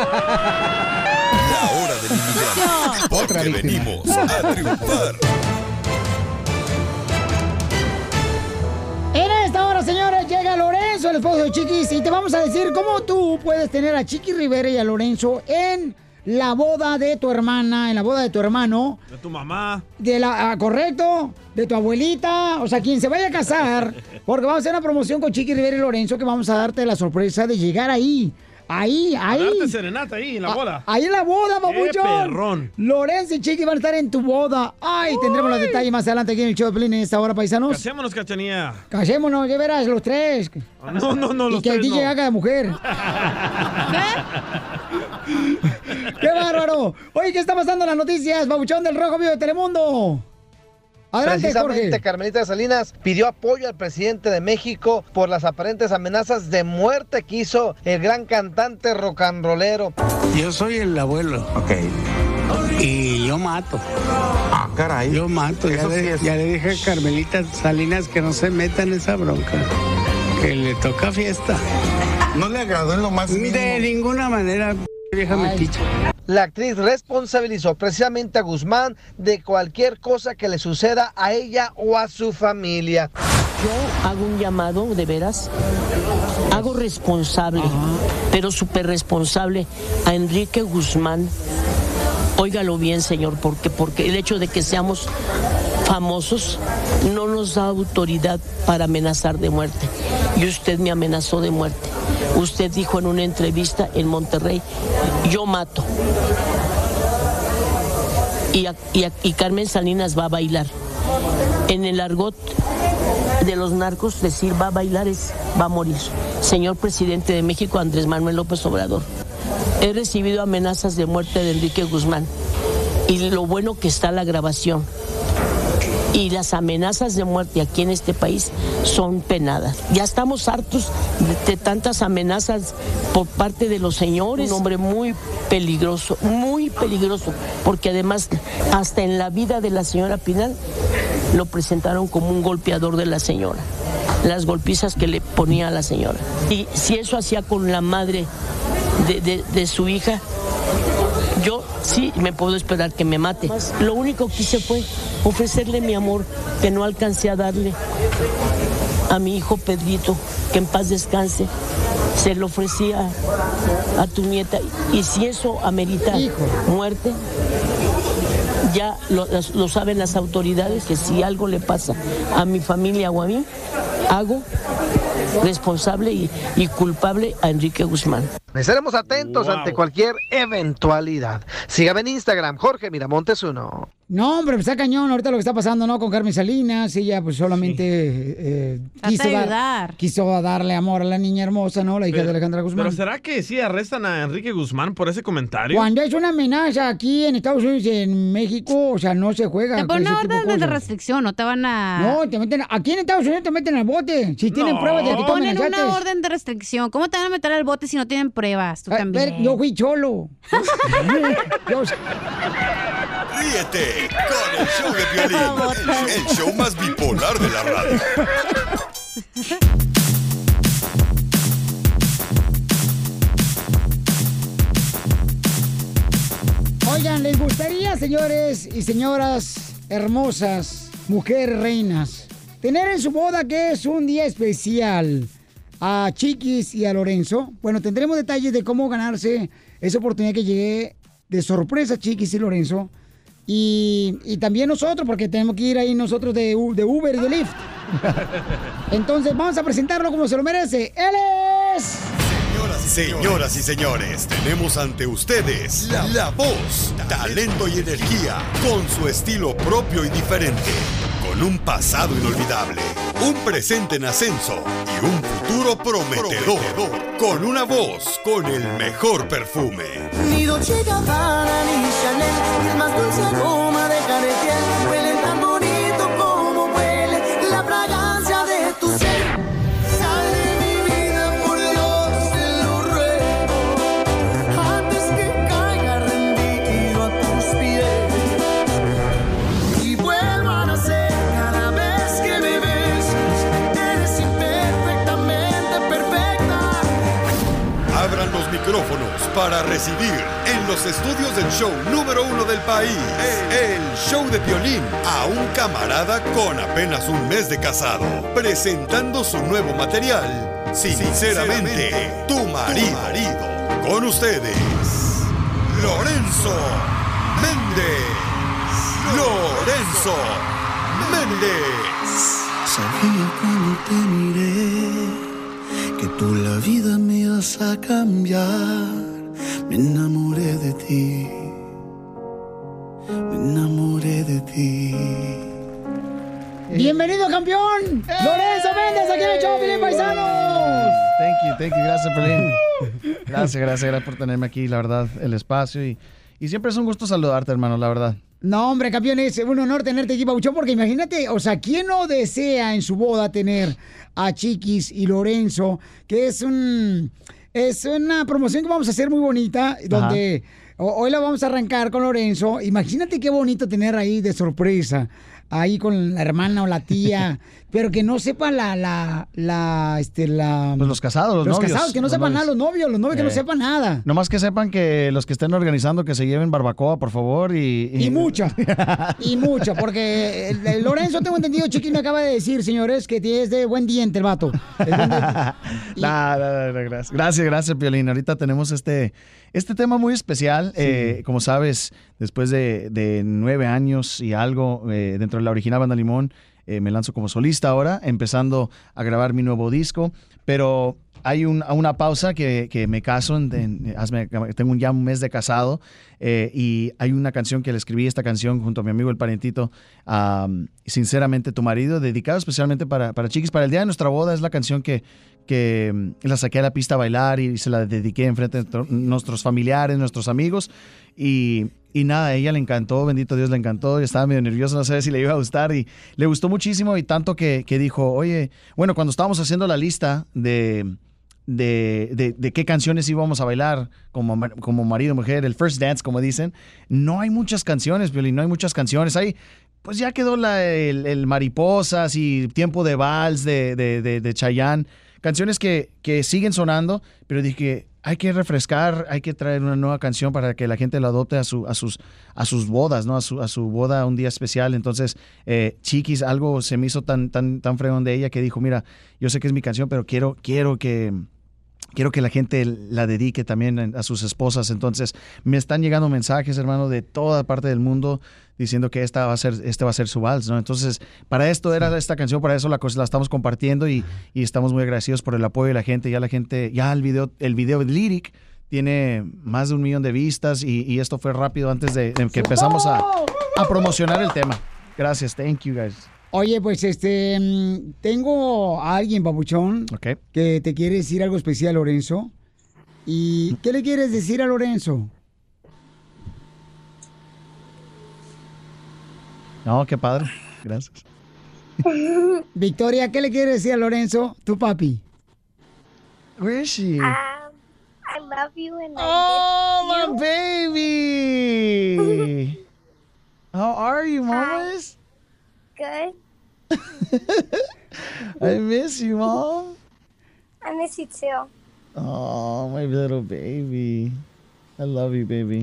La hora del inmigrante, porque venimos a triunfar. En esta hora, señores, llega Lorenzo, el esposo de Chiquis, y te vamos a decir cómo tú puedes tener a Chiqui Rivera y a Lorenzo en la boda de tu hermana, en la boda de tu hermano. De tu mamá. De la, ah, correcto, de tu abuelita, o sea, quien se vaya a casar, porque vamos a hacer una promoción con Chiqui Rivera y Lorenzo que vamos a darte la sorpresa de llegar ahí Ahí, A ahí. darte serenata ahí en la Ah, boda. Ahí en la boda, ¡Qué papuchón. perrón! Lorenzo y Chiqui van a estar en tu boda. Ay, tendremos los detalles más adelante aquí en el show de Pelín en esta hora, paisanos. Casémonos, Cachanía. Casémonos, ya verás, los tres. No, no, no, Y los que el tres D J no. haga de mujer. ¡Qué bárbaro! Oye, ¿qué está pasando en las noticias, babuchón del Rojo Vivo de Telemundo? Adelante, Precisamente, Jorge. Carmelita Salinas pidió apoyo al presidente de México por las aparentes amenazas de muerte que hizo el gran cantante rock and rollero. Yo soy el abuelo. Ok. Y yo mato. Ah, caray. Yo mato. Ya Eso sí le, es- ya le dije a Carmelita Salinas que no se meta en esa bronca. Que le toca fiesta. No le agradó en lo más mínimo. De ninguna manera, vieja metiche. La actriz responsabilizó precisamente a Guzmán de cualquier cosa que le suceda a ella o a su familia. Yo hago un llamado, de veras, hago responsable, pero súper responsable a Enrique Guzmán. Óigalo bien, señor, porque, porque el hecho de que seamos famosos no nos da autoridad para amenazar de muerte. Y usted me amenazó de muerte. Usted dijo en una entrevista en Monterrey, yo mato. Y, a- y, a- y Carmen Salinas va a bailar. En el argot de los narcos, decir va a bailar es va a morir. Señor presidente de México, Andrés Manuel López Obrador, he recibido amenazas de muerte de Enrique Guzmán. Y lo bueno que está la grabación. Y las amenazas de muerte aquí en este país son penadas. Ya estamos hartos de, de tantas amenazas por parte de los señores. Un hombre muy peligroso, muy peligroso, porque además hasta en la vida de la señora Pinal lo presentaron como un golpeador de la señora, las golpizas que le ponía a la señora. Y si eso hacía con la madre de, de, de su hija, yo sí me puedo esperar que me mate. Lo único que hice fue ofrecerle mi amor, que no alcancé a darle a mi hijo Pedrito, que en paz descanse. Se lo ofrecía a tu nieta. Y si eso amerita muerte, ya lo, lo saben las autoridades, que si algo le pasa a mi familia o a mí, hago responsable y, y culpable a Enrique Guzmán. Estaremos atentos Wow. ante cualquier eventualidad. Sígame en Instagram, Jorge Miramontes uno. No, hombre, pues está cañón ahorita lo que está pasando, ¿no? Con Carmen Salinas. Ella pues solamente eh, quiso, de dar- ayudar. quiso darle amor a la niña hermosa, ¿no? La hija de Alejandra Guzmán. Pero ¿será que sí arrestan a Enrique Guzmán por ese comentario? Cuando es una amenaza aquí en Estados Unidos y en México, o sea, no se juega. Te con ponen ese una tipo de orden de cosas. restricción, no te van a... No, te meten, aquí en Estados Unidos te meten al bote. Si tienen pruebas de que tú Ponen una amenazaste. orden de restricción. ¿Cómo te van a meter al bote si no tienen pruebas? Tú A también. ver, yo fui cholo. Yo- Ríete con el show de Piolín, el, el show más bipolar de la radio. Oigan, ¿les gustaría, señores y señoras hermosas, mujeres reinas, tener en su boda, que es un día especial, a Chiquis y a Lorenzo? Bueno, tendremos detalles de cómo ganarse esa oportunidad que llegue de sorpresa, Chiquis y Lorenzo. Y, y también nosotros, porque tenemos que ir ahí nosotros de, U- de Uber y de Lyft. Entonces vamos a presentarlo como se lo merece. ¡Él es! Señoras y señores, tenemos ante ustedes la, la voz, talento y energía, con su estilo propio y diferente, con un pasado inolvidable, un presente en ascenso y un futuro prometedor, con una voz con el mejor perfume. Ni Dolce Gabbana ni Chanel, el más dulce aroma de Cartier, huelen tan bonito como huele la fragancia de tu ser. Sal de mi vida, por Dios, te lo ruego, antes que caiga rendido a tus pies y vuelva a nacer cada vez que me besas. Eres imperfectamente perfecta. Abran los micrófonos para recibir en los estudios del show número uno del país, el show de Piolín, a un camarada con apenas un mes de casado, presentando su nuevo material, Sinceramente, tu marido. Con ustedes, Lorenzo Méndez. Lorenzo Méndez. Sabía cuando te miré que tú la vida me ibas a cambiar. Me enamoré de ti, me enamoré de ti. ¡Bienvenido, campeón! ¡Lorenzo Méndez, aquí en el show, Piolín, paisanos! Thank you, thank you, gracias, Piolín. Gracias, gracias, gracias por tenerme aquí, la verdad, el espacio. Y, y siempre es un gusto saludarte, hermano, la verdad. No, hombre, campeón, es un honor tenerte aquí, Pabuchón, porque imagínate, o sea, ¿quién no desea en su boda tener a Chiquis y Lorenzo? Que es un es una promoción que vamos a hacer muy bonita, donde ho- hoy la vamos a arrancar con Lorenzo. Imagínate qué bonito tener ahí de sorpresa, ahí con la hermana o la tía, pero que no sepa la, la, la, este, la... Pues los casados, los, los novios. casados, que no los sepan novios. nada los novios, los novios que no Eh. sepan nada. Nomás que sepan que los que estén organizando que se lleven barbacoa, por favor, y... Y mucha, y mucha, porque el, el Lorenzo, tengo entendido, Chiquis me acaba de decir, señores, que es de buen diente el vato. Es buen diente. Nah, nah, nah, gracias. Gracias, gracias, Piolín. Ahorita tenemos este, este tema muy especial. Eh, como sabes, después de, de nueve años y algo eh, dentro de la original Banda Limón, eh, me lanzo como solista ahora, empezando a grabar mi nuevo disco. Pero hay un- una pausa que, que me caso, en- en- hazme- tengo ya un mes de casado, eh, y hay una canción que le escribí, esta canción junto a mi amigo el parientito, um, Sinceramente tu marido, dedicado especialmente para, para Chiquis, para el día de nuestra boda. Es la canción que, que mm, la saqué a la pista a bailar y se la dediqué enfrente de tro- nuestros familiares, nuestros amigos, y, y nada, a ella le encantó, bendito Dios, le encantó, y estaba medio nervioso, no sé si le iba a gustar, y le gustó muchísimo, y tanto que, que dijo, oye, bueno, cuando estábamos haciendo la lista de... De, de, de qué canciones íbamos a bailar como, ma- como marido, mujer, el first dance, como dicen, no hay muchas canciones, Piolín, no hay muchas canciones. Hay, pues ya quedó la, el, el Mariposas y Tiempo de Vals de, de, de, de Chayanne, canciones que, que siguen sonando, pero dije, hay que refrescar, hay que traer una nueva canción para que la gente la adopte a, su, a, sus, a sus bodas, ¿no? A su, a su boda, un día especial. Entonces, eh, Chiquis, algo se me hizo tan, tan, tan fregón de ella que dijo, mira, yo sé que es mi canción, pero quiero, quiero que... Quiero que la gente la dedique también a sus esposas. Entonces, me están llegando mensajes, hermano, de toda parte del mundo diciendo que esta va a ser, este va a ser su vals, ¿no? Entonces, para esto era esta canción, para eso la, cosa- la estamos compartiendo y, y estamos muy agradecidos por el apoyo de la gente. Ya la gente, ya el video, el video lyric tiene más de un millón de vistas y, y esto fue rápido antes de, de que empezamos a, a promocionar el tema. Gracias, thank you guys. Oye, pues este, mm, tengo a alguien, papuchón, que te quiere decir algo especial, Lorenzo. ¿Y qué le quieres decir a Lorenzo? No, qué padre. Gracias. Victoria, ¿qué le quieres decir a Lorenzo, tu papi? Where is she? Um, I love you and I Oh, miss my baby! How are you, mamas? Good. I miss you, Mom. I miss you too. Oh, my little baby. I love you, baby.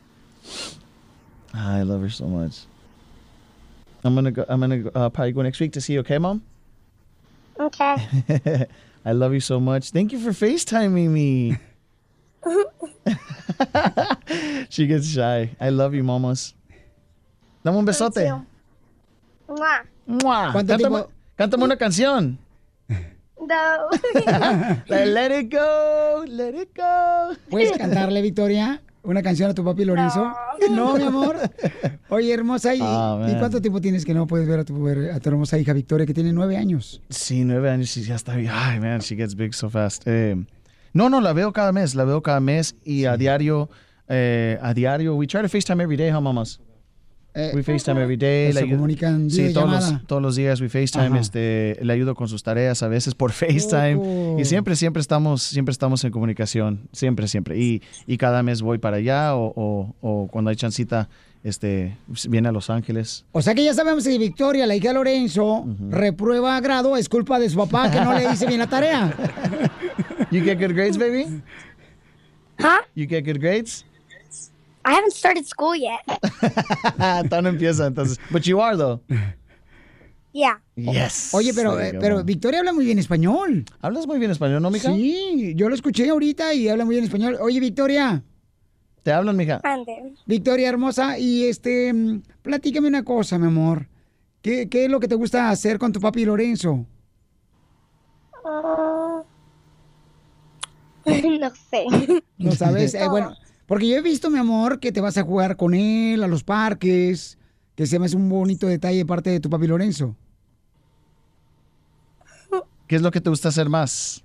Ah, I love her so much. I'm gonna go. I'm gonna go, uh, probably go next week to see you. Okay, Mom? Okay. I love you so much. Thank you for FaceTiming me. She gets shy. I love you, mamas. Dame un besote. Mwah. Mua. ¿Cuánto Cántame, tiempo? cántame una canción. No. Like, let it go, let it go. ¿Puedes cantarle, Victoria, una canción a tu papi Lorenzo? No, mi amor. Oye, hermosa, ¿y, Oh, ¿y man. cuánto tiempo tienes que no puedes ver a tu, a tu hermosa hija Victoria, que tiene nueve años? Sí, nueve años y ya está bien. Ay, man, she gets big so fast. Eh, no, no, la veo cada mes, la veo cada mes y a diario, eh, a diario. We try to FaceTime every day, huh, mamas? Eh, We FaceTime every day. se le ayu- comunican sí, todos videollamada. los, todos los días we FaceTime. Ajá. Este, le ayudo con sus tareas a veces por FaceTime. Oh. Y siempre, siempre estamos, siempre estamos en comunicación. Siempre, siempre. Y, y cada mes voy para allá o, o, o cuando hay chancita, este, viene a Los Ángeles. O sea que ya sabemos que Victoria, la hija de Lorenzo, reprueba a grado, es culpa de su papá que no le dice bien la tarea. You get good grades, baby? Huh? You get good grades? I haven't started school yet. Todavía no empieza, entonces. But you are, though. Yeah. Yes. Oye, pero, There eh, you go, pero Mom. Victoria habla muy bien español. ¿Hablas muy bien español, no, mija? Sí, yo lo escuché ahorita y habla muy bien español. Oye, Victoria. ¿Te hablan, mija? Ande. Victoria hermosa, y este, mm, platícame una cosa, mi amor. ¿Qué, qué es lo que te gusta hacer con tu papi Lorenzo? Uh, No sé. No sabes. Eh, bueno, porque yo he visto, mi amor, que te vas a jugar con él a los parques, que se me hace un bonito detalle de parte de tu papi Lorenzo. ¿Qué es lo que te gusta hacer más?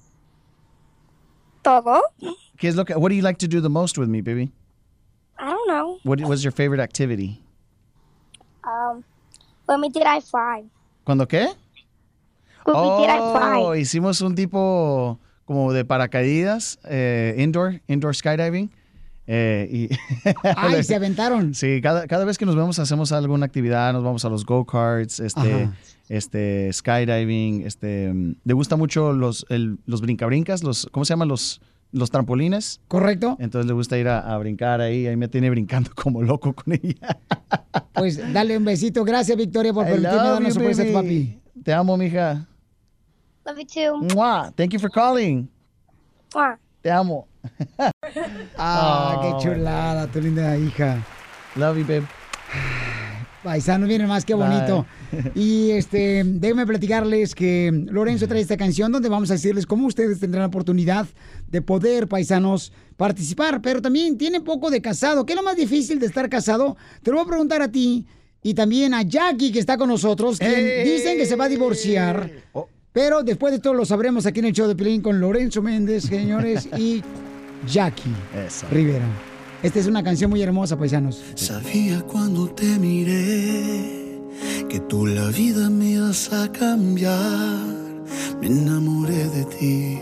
Todo. ¿Qué es lo que? What do you like to do the most with me, baby? I don't know. What was your favorite activity? Um, when we did I Fly. ¿Cuándo qué? When we did I Fly. Oh, hicimos un tipo como de paracaídas, eh, indoor, indoor skydiving. Eh, y Ay, se aventaron. Sí, cada, cada vez que nos vemos hacemos alguna actividad, nos vamos a los go-karts, este, Ajá. este, skydiving, este, mm, le gusta mucho los, el, los brincabrincas, los, ¿cómo se llaman? Los, los trampolines. Correcto. Entonces le gusta ir a, a brincar ahí, ahí me tiene brincando como loco con ella. Pues dale un besito. Gracias, Victoria, por I permitirme love darnos you, sorpresa a tu baby. papi. Te amo, mija. Love you too. Mua. Thank you for calling. Mwah. Te amo. Ah, Oh, qué chulada, tu linda hija. Love you, babe. Paisano, viene más, qué bonito. Y este, déjenme platicarles que Lorenzo trae esta canción donde vamos a decirles cómo ustedes tendrán la oportunidad de poder, paisanos, participar. Pero también tiene poco de casado. ¿Qué es lo más difícil de estar casado? Te lo voy a preguntar a ti y también a Jackie, que está con nosotros, quien ¡Ey! dicen que se va a divorciar. Pero después de todo lo sabremos aquí en el show de Piolín con Lorenzo Méndez, señores, y Jackie Eso. Rivera. Esta es una canción muy hermosa, paisanos. Sabía cuando te miré que tú la vida me ibas a cambiar. Me enamoré de ti.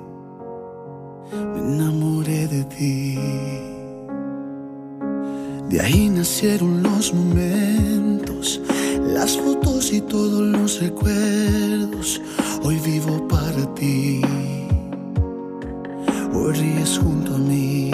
Me enamoré de ti. De ahí nacieron los momentos, las fotos y todos los recuerdos. Hoy vivo para ti. Hoy ríes junto a mí.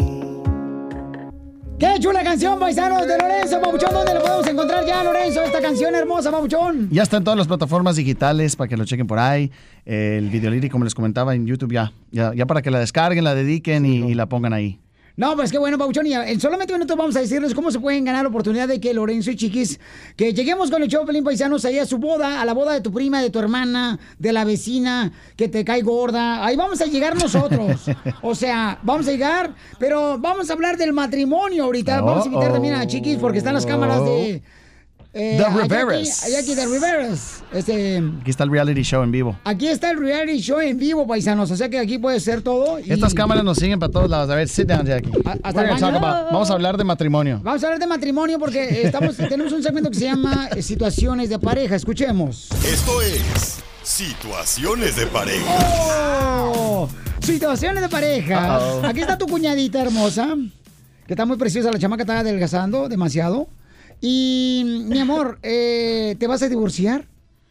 ¡Qué chula canción, paisanos, de Lorenzo, papuchón! ¿Dónde lo podemos encontrar ya, Lorenzo? Esta canción hermosa, papuchón. Ya está en todas las plataformas digitales para que lo chequen por ahí. Eh, el video lyric, como les comentaba, en YouTube ya. Ya, ya para que la descarguen, la dediquen y, y la pongan ahí. No, pues qué bueno, papuchón. Y en solamente minutos vamos a decirles cómo se pueden ganar la oportunidad de que Lorenzo y Chiquis, que lleguemos con el show Pelín Paisanos ahí a su boda, a la boda de tu prima, de tu hermana, de la vecina, que te cae gorda. Ahí vamos a llegar nosotros. O sea, vamos a llegar, pero vamos a hablar del matrimonio ahorita. Vamos a invitar también a Chiquis porque están las cámaras de... Eh, The a Jackie- Riveras. a Jackie de Riveras. Este... Aquí está el reality show en vivo. Aquí está el reality show en vivo, paisanos. O sea que aquí puede ser todo. y- Estas cámaras nos siguen para todos lados. A ver, sit down, Jackie. hasta We're el gonna talk baño. about- Vamos a hablar de matrimonio. Vamos a hablar de matrimonio porque estamos, tenemos un segmento que se llama eh, Situaciones de Pareja. Escuchemos. Esto es Situaciones de Pareja. ¡Oh! Situaciones de pareja. Uh-oh. Aquí está tu cuñadita hermosa, que está muy preciosa. La chamaca está adelgazando demasiado. Y, mi amor, eh, ¿te vas a divorciar?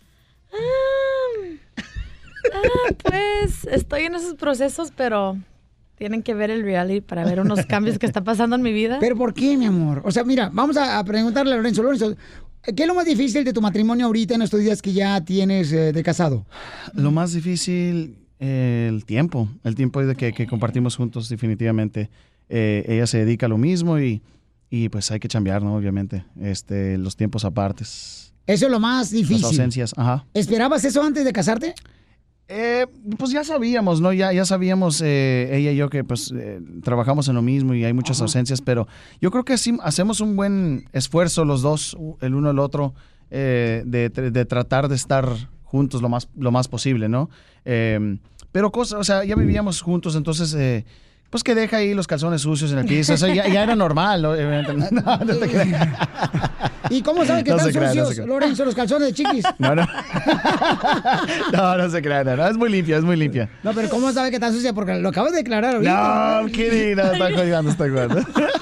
Ah, pues estoy en esos procesos, pero tienen que ver el reality para ver unos cambios que está pasando en mi vida. ¿Pero por qué, mi amor? O sea, mira, vamos a, a preguntarle a Lorenzo. Lorenzo, ¿qué es lo más difícil de tu matrimonio ahorita en estos días que ya tienes eh, de casado? Lo más difícil, eh, el tiempo. El tiempo de que, que compartimos juntos, definitivamente. Eh, ella se dedica a lo mismo y, y pues hay que chambear, ¿no? Obviamente. Este, los tiempos apartes. Eso es lo más difícil. Las ausencias, ajá. ¿Esperabas eso antes de casarte? Eh, pues ya sabíamos, ¿no? Ya, ya sabíamos, eh, ella y yo, que pues eh, trabajamos en lo mismo y hay muchas ausencias, pero yo creo que sí hacemos un buen esfuerzo los dos, el uno el otro, eh, de, de tratar de estar juntos lo más, lo más posible, ¿no? Eh, pero cosas, o sea, ya vivíamos juntos, entonces... Eh, pues que deja ahí los calzones sucios en el piso. Eso ya, ya era normal, ¿no? No, no te creas. ¿Y cómo sabes que No están se crea, no sucios, se crea. Lorenzo, los calzones de Chiquis? No, no. No, no se crea, no, no, es muy limpia, es muy limpia. No, pero ¿cómo sabe que está sucia? Porque lo acabas de declarar ahorita. No, kidding, no, está jugando, está jugando.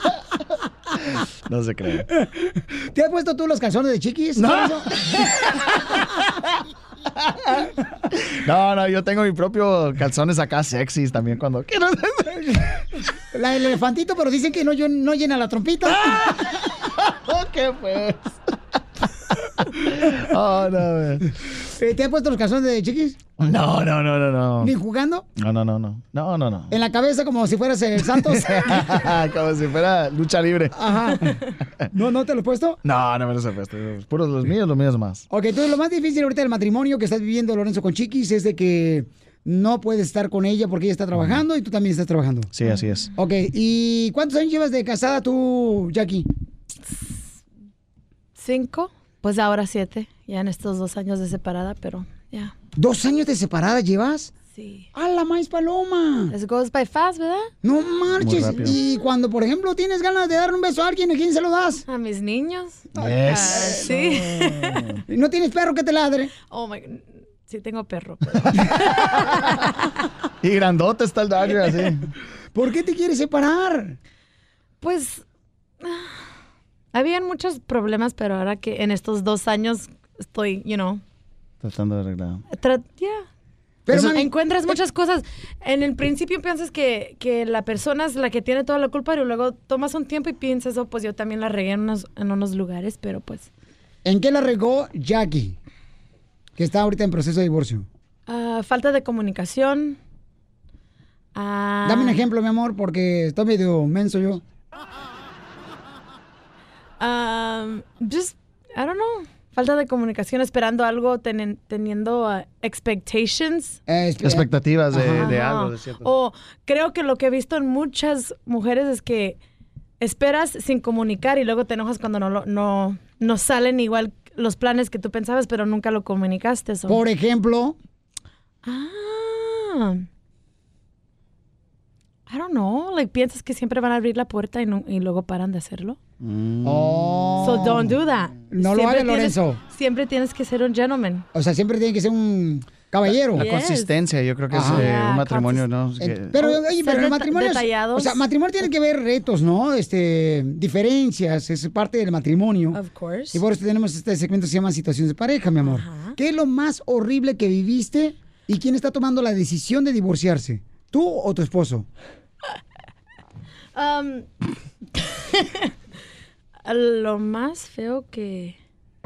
No se cree. ¿Te has puesto tú los calzones de Chiquis? No. Lorenzo? No, no, yo tengo mi propio calzones acá sexys también cuando quiero. La del elefantito, pero dicen que no, yo- no llena la trompita. ¿Qué pues? Oh, no, man. Eh, ¿Te has puesto los calzones de Chiquis? No, no, no, no, no. ¿Ni jugando? No, no, no, no. No, no, no. ¿En la cabeza como si fueras el Santos? Como si fuera lucha libre. Ajá. ¿No, no te lo he puesto? No, no me los he puesto. Puros los míos, los míos más. Ok, entonces lo más difícil ahorita del matrimonio que estás viviendo, Lorenzo, con Chiquis es de que no puedes estar con ella porque ella está trabajando y tú también estás trabajando. Sí, así es. Ok, ¿y cuántos años llevas de casada tú, Jackie? Cinco, pues ahora siete, ya en estos dos años de separada, pero ya. ¿Dos años de separada llevas? Sí. ¡A la maíz paloma! It goes by fast, ¿verdad? No marches. Y cuando, por ejemplo, tienes ganas de darle un beso a alguien, ¿a quién se lo das? A mis niños. Yes. Ah, sí. ¿No tienes perro que te ladre? Oh my God. Sí tengo perro. Y grandote está el Dodger así. ¿Por qué te quieres separar? Pues habían muchos problemas, pero ahora que en estos dos años estoy, you know, tratando de arreglar. Tra yeah. Pero Eso, mami, encuentras muchas cosas. En el principio piensas que, que la persona es la que tiene toda la culpa, pero luego tomas un tiempo y piensas, oh, pues yo también la regué en unos, en unos lugares, pero pues... ¿En qué la regó Jackie? Que está ahorita en proceso de divorcio. Uh, falta de comunicación. Uh, Dame un ejemplo, mi amor, porque estoy medio menso yo. Um, just, I don't know. Falta de comunicación, esperando algo, ten, teniendo uh, expectations. Eh, Expectativas de, Ajá. de algo, de cierto. O creo que lo que he visto en muchas mujeres es que esperas sin comunicar y luego te enojas cuando no, lo- no, no salen igual los planes que tú pensabas, pero nunca lo comunicaste. so. Por ejemplo, Ah. I don't know. Like, piensas que siempre van a abrir la puerta y, no- y luego paran de hacerlo. Oh. So don't do that. No lo Siempre hagas, tienes- Lorenzo. Siempre tienes que ser un gentleman. o sea, siempre tiene que ser un caballero. La consistencia, yo creo que Ajá. es eh, Yeah, un matrimonio, ¿no? Eh, Que- Pero, O oye, ser pero el deta- matrimonio es- detallados. o sea, matrimonio tiene que ver retos, ¿no? Este, diferencias, es parte del matrimonio. Of course. Y por eso tenemos este segmento que se llama Situaciones de Pareja, mi amor. ¿Qué es lo más horrible que viviste y quién está tomando la decisión de divorciarse? ¿Tú o tu esposo? Um, lo más feo que...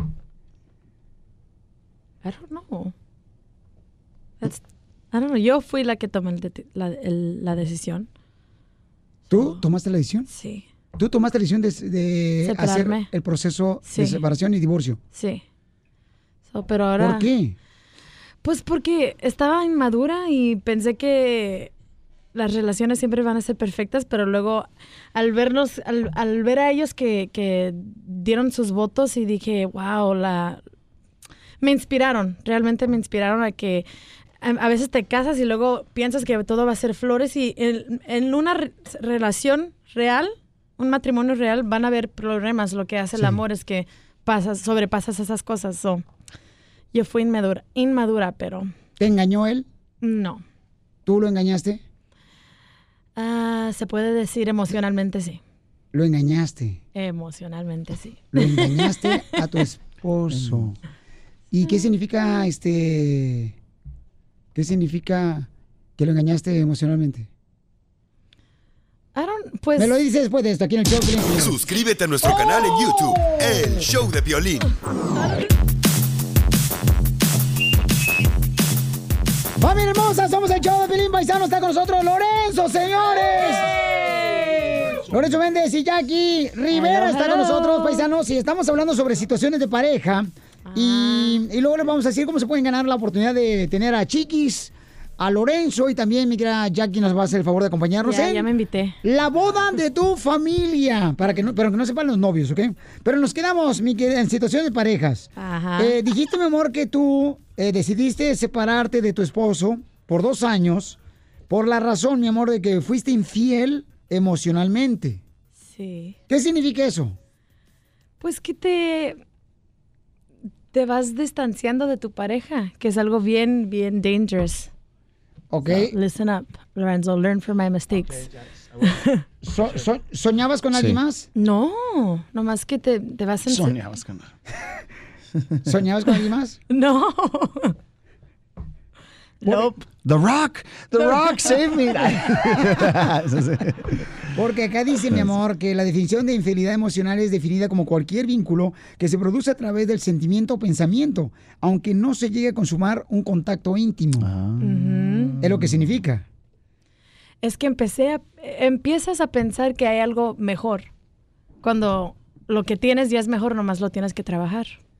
I don't know. That's- I don't know. Yo fui la que tomé el de- la, el- la decisión. ¿Tú tomaste la decisión? Sí. ¿Tú tomaste la decisión de, de hacer Separarme. el proceso Sí. de separación y divorcio? Sí. So, pero ahora... ¿Por qué? Pues porque estaba inmadura y pensé que las relaciones siempre van a ser perfectas, pero luego al vernos, al, al ver a ellos que, que dieron sus votos y dije, wow, la... me inspiraron, realmente me inspiraron a que a, a veces te casas y luego piensas que todo va a ser flores y en, en una re- relación real, un matrimonio real, van a haber problemas. Lo que hace el Sí. amor es que pasas, sobrepasas esas cosas. So, yo fui inmadura, inmadura, pero ¿Te engañó él? no. ¿Tú lo engañaste? Ah, se puede decir emocionalmente sí. Lo engañaste. Emocionalmente sí. Lo engañaste a tu esposo. ¿Y qué significa este? ¿Qué significa que lo engañaste emocionalmente? I don't, pues... Me lo dices después de esto, aquí en el show. Piolín. Suscríbete a nuestro canal en YouTube, El Show de Piolín. ¡Familia hermosa! Somos el show de Piolín Paisano. Está con nosotros Lorenzo, señores. Lorenzo Méndez y Jackie Rivera Hello, está con hello. nosotros, paisanos. Y estamos hablando sobre situaciones de pareja. Y, y luego les vamos a decir cómo se pueden ganar la oportunidad de tener a Chiquis, a Lorenzo y también mi querida Jackie nos va a hacer el favor de acompañarnos Ya, en ya me invité. la boda de tu familia, para que no, pero que no sepan los novios, ¿ok? Pero nos quedamos, mi querida, en situaciones de parejas. Ajá. Eh, dijiste, mi amor, que tú eh, decidiste separarte de tu esposo por dos años por la razón, mi amor, de que fuiste infiel emocionalmente. Sí. ¿Qué significa eso? Pues que te... te vas distanciando de tu pareja, que es algo bien, bien dangerous. Ok. So, listen up, Lorenzo. Learn from my mistakes. So- so- ¿Soñabas con Sí. alguien más? No, nomás que te, te vas en... Soñabas con... ¿Soñabas con alguien más? No. Nope. The Rock, The Rock, save me. Porque acá dice, mi amor, que la definición de infidelidad emocional es definida como cualquier vínculo que se produce a través del sentimiento o pensamiento, aunque no se llegue a consumar un contacto íntimo. Ujú. Es lo que significa. Es que empecé a... empiezas a pensar que hay algo mejor. Cuando lo que tienes ya es mejor, nomás lo tienes que trabajar.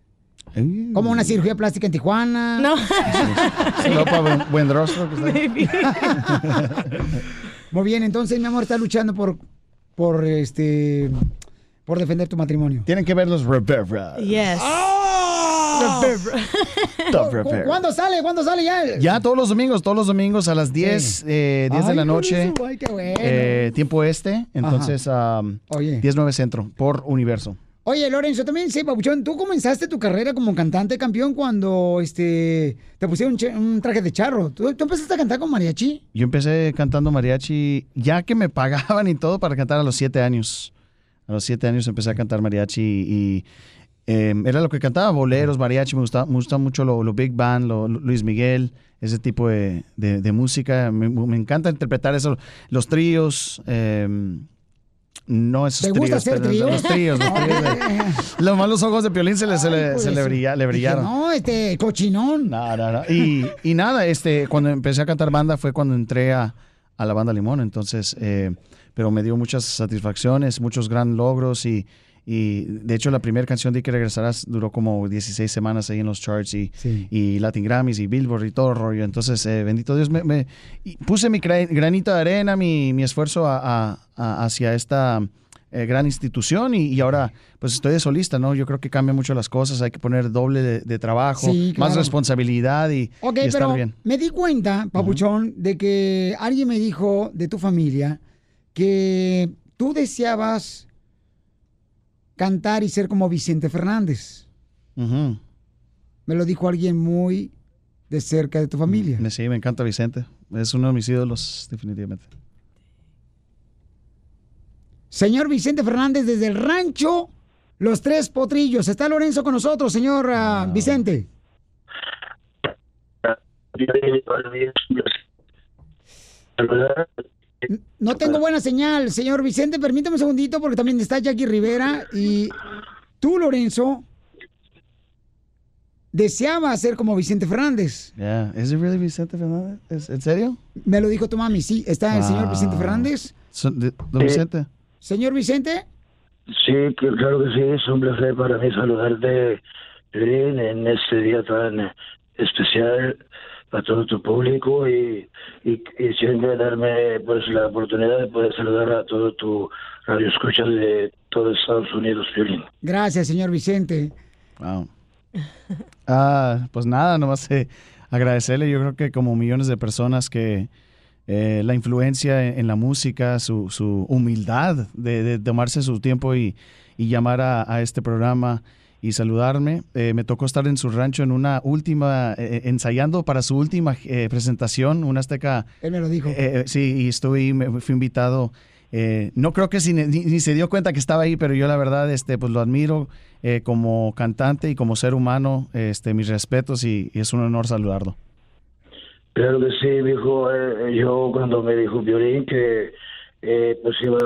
Como una cirugía plástica en Tijuana. No. Sí, no, para buen, buen rostro. Que está. Muy bien, entonces, mi amor, está luchando por, por, este, por defender tu matrimonio. Tienen que ver los Rivera. Yes. ¡Oh! ¿Cu- ¿Cuándo sale? ¿Cuándo sale ya? Ya todos los domingos, todos los domingos a las diez, Sí. eh, diez de Ay, la por noche. eso, ay, qué bueno. eh, tiempo este, entonces um, Oye. diez nueve centro por Universo. Oye, Lorenzo, también sí, Papuchón, tú comenzaste tu carrera como cantante campeón cuando este te pusieron un, che- un traje de charro. ¿Tú, tú empezaste a cantar con mariachi? Yo empecé cantando mariachi, ya que me pagaban y todo para cantar a los siete años. A los siete años empecé a cantar mariachi y eh, era lo que cantaba, boleros, mariachi, me gusta, me gusta mucho lo, lo big band, lo, lo Luis Miguel, ese tipo de, de- de música. Me, me encanta interpretar eso, los tríos. eh, no esos ¿Te tríos. gusta hacer pero tríos? Los tríos, los tríos. de- Los malos ojos de Piolín se le, se le, se le, brilla- le brillaron. Dije, no, este, cochinón. No, no, no. Y, y nada, este, cuando empecé a cantar banda fue cuando entré a, a la banda Limón, entonces, eh, pero me dio muchas satisfacciones, muchos gran logros y, y de hecho la primera canción de Que Regresarás duró como dieciséis semanas ahí en los charts y, y Latin Grammys y Billboard y todo el rollo, entonces, eh, bendito Dios, me, me- y puse mi cra- granito de arena, mi, mi esfuerzo a- a- a- hacia esta eh, gran institución y, y ahora pues estoy de solista, ¿no? Yo creo que cambia mucho las cosas, hay que poner doble de, de trabajo, Sí, más claro. responsabilidad y, Ok, y estar pero bien. me di cuenta, Papuchón, de que alguien me dijo de tu familia que tú deseabas cantar y ser como Vicente Fernández. Ujú. Me lo dijo alguien muy de cerca de tu familia. Me- Sí, me encanta Vicente. Es uno de mis ídolos, definitivamente. Señor Vicente Fernández, desde el rancho Los Tres Potrillos. Está Lorenzo con nosotros, señor ah, Vicente. No tengo buena señal, señor Vicente. Permítame un segundito porque también está Jackie Rivera. Y tú, Lorenzo, deseaba ser como Vicente Fernández. Yeah. ¿Es it really Vicente Fernández? ¿Es- ¿En serio? Me lo dijo tu mami, sí. Está el señor Wow. Vicente Fernández. So- de- ¿Don Vicente? Señor Vicente. Sí, que- claro que sí, es un placer para mí saludarte, Piolín, en este día tan eh, especial para todo tu público y, y, y siempre darme pues la oportunidad de poder saludar a todo tu radio escucha de todo Estados Unidos, Piolín. Gracias, señor Vicente. Wow. Ah, pues nada, nomás eh, agradecerle. Yo creo que como millones de personas que eh, la influencia en, en la música, su, su humildad de, de tomarse su tiempo y, y llamar a, a este programa y saludarme. Eh, me tocó estar en su rancho en una última, eh, ensayando para su última eh, presentación, una Azteca. Él me lo dijo. Eh, sí, y estuve, me fui invitado. Eh, no creo que si, ni, ni se dio cuenta que estaba ahí, pero yo la verdad, este, pues lo admiro eh, como cantante y como ser humano. Este, mis respetos y, y es un honor saludarlo. Claro que sí, dijo, eh, yo cuando me dijo Piolín que eh, pues ibas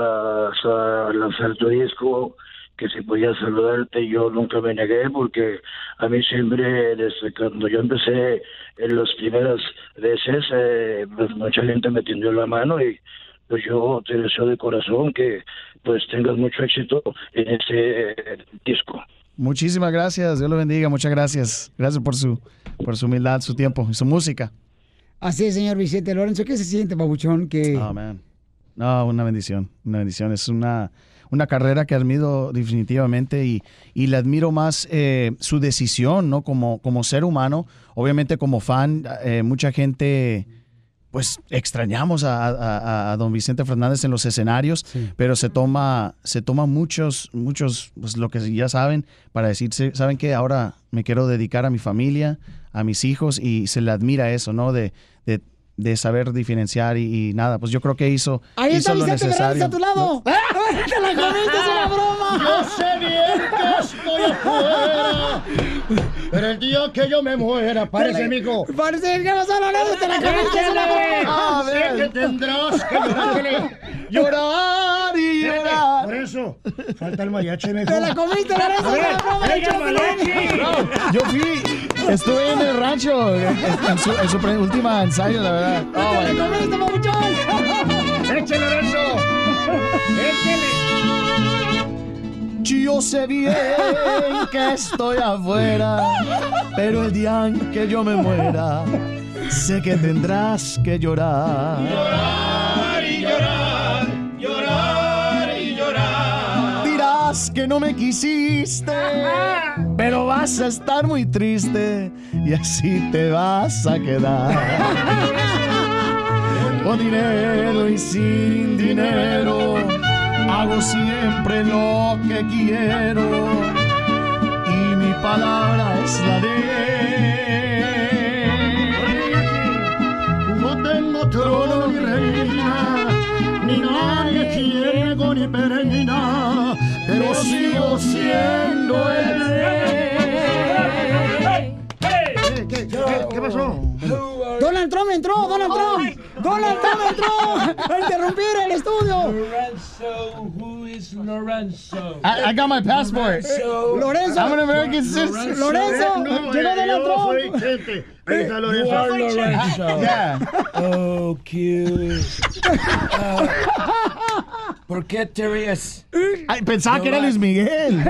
a lanzar tu disco, que si podía saludarte, yo nunca me negué porque a mí siempre, desde cuando yo empecé en las primeras veces, eh, pues mucha gente me tendió la mano y pues yo te deseo de corazón que pues tengas mucho éxito en este eh, disco. Muchísimas gracias, Dios lo bendiga, muchas gracias. Gracias por su, por su humildad, su tiempo y su música. Así es, señor Vicente Lorenzo. ¿Qué se siente, Pabuchón? Que... Oh, man. No, una bendición, una bendición. Es una, una carrera que admiro definitivamente y, y le admiro más eh, su decisión, ¿no? Como, como ser humano, obviamente como fan, eh, mucha gente, pues extrañamos a, a- a don Vicente Fernández en los escenarios, pero se toma, se toma muchos, muchos, pues lo que ya saben, para decirse, ¿saben qué? Ahora me quiero dedicar a mi familia, a mis hijos y se le admira eso, ¿no? De, de, de saber diferenciar y, y nada, pues yo creo que hizo, Ahí está hizo lo Vicente Fernández necesario. a tu lado. ¡Ah! ¡Te la comiste, es una broma! Yo sé bien que estoy afuera, pero el día que yo me muera, parece, mijo. Parece que no solo Lorenzo, te la comiste, es una broma. Sé que tendrás que llorar, llorar y llorar. Por eso, falta el mariachi, mijo. Te la comiste, Lorenzo, A ver, es una broma. traiga el mariachi. No, yo fui, estuve en el rancho en, en su, en su pre- última ensayo, la verdad. Oh, ¡Te la comiste, Pabuchón! ¡Échale, Lorenzo! ¡Échale! Yo sé bien que estoy afuera, pero el día en que yo me muera, sé que tendrás que llorar. Llorar y llorar, llorar y llorar. Dirás que no me quisiste, pero vas a estar muy triste y así te vas a quedar. Con dinero y sin dinero, hago siempre lo que quiero y mi palabra es la ley. No tengo trono ni reina, ni nadie ciego ni peregrina, pero sigo siendo el rey. ¿Qué, qué, qué, qué pasó? Donald Trump entró, Donald Trump. Donald Trump entró a interrumpir el estudio. Lorenzo, who is Lorenzo? I, I got my passport. Lorenzo. I'm an American citizen. Lorenzo, No, llegó Donald yo soy Trump. Chente. Ahí está Lorenzo. You are Lorenzo. Yeah. Oh, cute. Uh, ¿Por qué te ríes? Ay, pensaba que era Luis Miguel.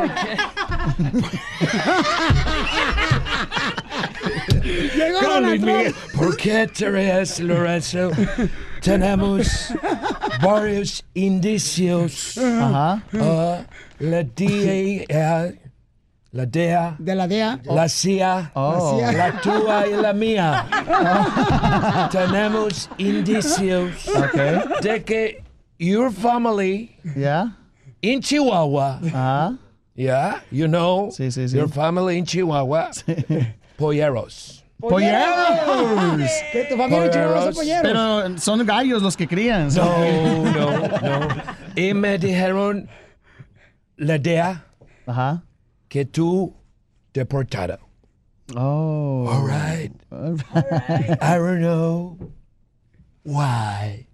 Llegó Con Donald Luis Miguel. Trump. ¿Por qué te ríes, Lorenzo? Tenemos varios indicios. Ajá. Uh, la D A, uh, la D E A, de la D E A, la C I A, Oh. La C I A. la tuya y la mía. Tenemos indicios Okay. de que your family Yeah. in Chihuahua, Ajá. yeah, you know, Sí, sí, sí. your family in Chihuahua, polleros. ¡Polleros! Que tu familia en Chihuahua son Polleros. polleros. Pero son gallos los que crían. No, no, no. Y me dijeron, la D E A, Ajá. que tú deportado. Oh. All right. I don't know why.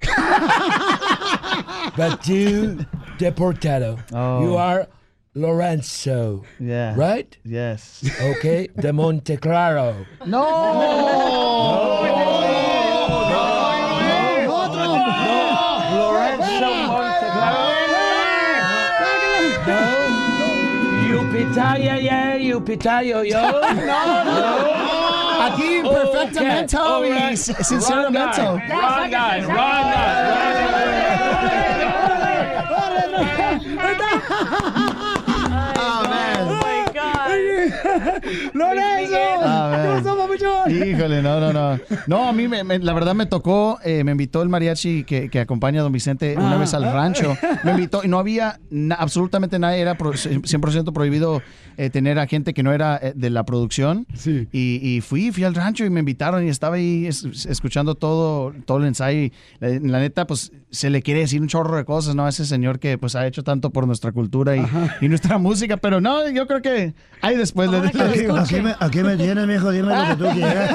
But you deportado. Oh. You are Lorenzo. Yeah. Right? Yes. Okay. De Monteclaro. No. Lorenzo Monteclaro. No. You pitaya, yeah. You pitaya, yo. No, no. Aquí, perfectamente. All y right. sinceramente. Wrong guy. Wrong guy. Wrong guy. ¡Lorenzo! A ver. ¿Qué pasó, papuchón? Híjole, no, no, no. No, a mí me, me- la verdad me tocó, eh, me invitó el mariachi que, que acompaña a don Vicente una Ah. vez al rancho. Me invitó y no había na- absolutamente nadie, era pro- cien por ciento prohibido eh, tener a gente que no era eh, de la producción. Sí. Y, y fui, fui al rancho y me invitaron y estaba ahí es- escuchando todo, todo el ensayo. Y la, la neta, pues se le quiere decir un chorro de cosas, ¿no? A ese señor que pues ha hecho tanto por nuestra cultura y, y nuestra música, pero no, yo creo que ahí después le, le digo. Aquí me, aquí me tienes, mijo, dime lo que tú quieras.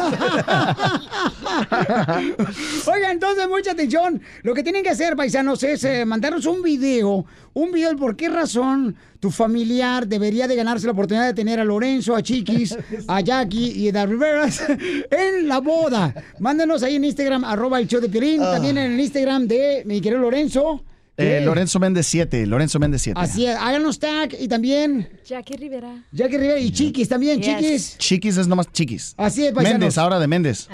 Oiga, entonces, mucha atención. Lo que tienen que hacer, paisanos, es eh, mandarnos un video. Un video de por qué razón tu familiar debería de ganarse la oportunidad de tener a Lorenzo, a Chiquis, a Jackie y a Riveras en la boda. Mándenos ahí en Instagram, arroba el show de Piolín. Ah. También en el Instagram de mi querido Lorenzo. Eh, que- Lorenzo Méndez siete, Lorenzo Méndez siete. Así es, háganos tag y también Jackie Rivera. Jackie Rivera y Chiquis también, Yes. Chiquis. Chiquis es nomás Chiquis. Así es, paisanos. Méndez, ahora de Méndez.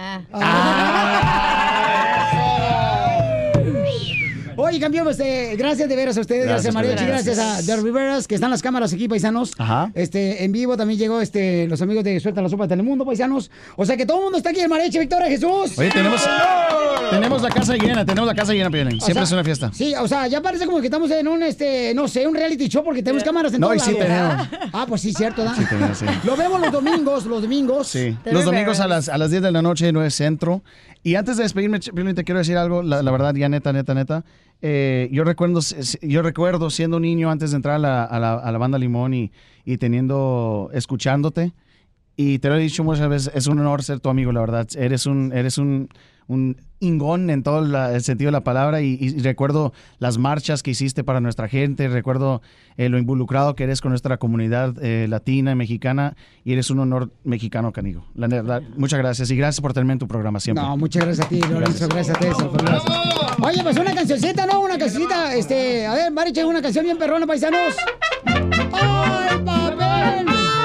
Oye, campeón, este, gracias de veras a ustedes, gracias, Gracias, Mariachi, gracias. gracias a The Riveras, que están las cámaras aquí, paisanos. Ajá. Este, en vivo también llegó este, los amigos de Suelta la Sopa de Telemundo, paisanos. O sea que todo el mundo está aquí en Mariachi, Victoria, Jesús. Oye, tenemos, tenemos la casa llena, tenemos la casa llena, Piolín. O Siempre sea, es una fiesta. Sí, o sea, ya parece como que estamos en un, este, no sé, un reality show porque tenemos cámaras en No, todos y sí lados. tenemos. Ah, pues sí, cierto, ¿verdad? Sí, tenemos, sí. Lo vemos los domingos, los domingos. Sí, los domingos a las, a las diez de la noche, nueve Centro. Y antes de despedirme, Ch- Piolín, te quiero decir algo, la, la verdad, ya neta, neta, neta. Eh, yo, recuerdo, yo recuerdo siendo un niño antes de entrar a la, a la, a la banda Limón y, y teniendo, escuchándote. Y te lo he dicho muchas veces, es un honor ser tu amigo, la verdad. Eres un, eres un, un ingón en todo la- el sentido de la palabra y, y recuerdo las marchas que hiciste para nuestra gente, recuerdo eh, lo involucrado que eres con nuestra comunidad eh, latina y mexicana y eres un honor mexicano, canigo. La verdad, muchas gracias y gracias por tenerme en tu programa siempre. No, muchas gracias a ti, Lorenzo, gracias, a ti. Salvador, gracias. Oye, pues una cancioncita, ¿no? Una cancioncita, este, a ver, Mariche, una canción bien perrona, paisanos. ¡Ay, papel!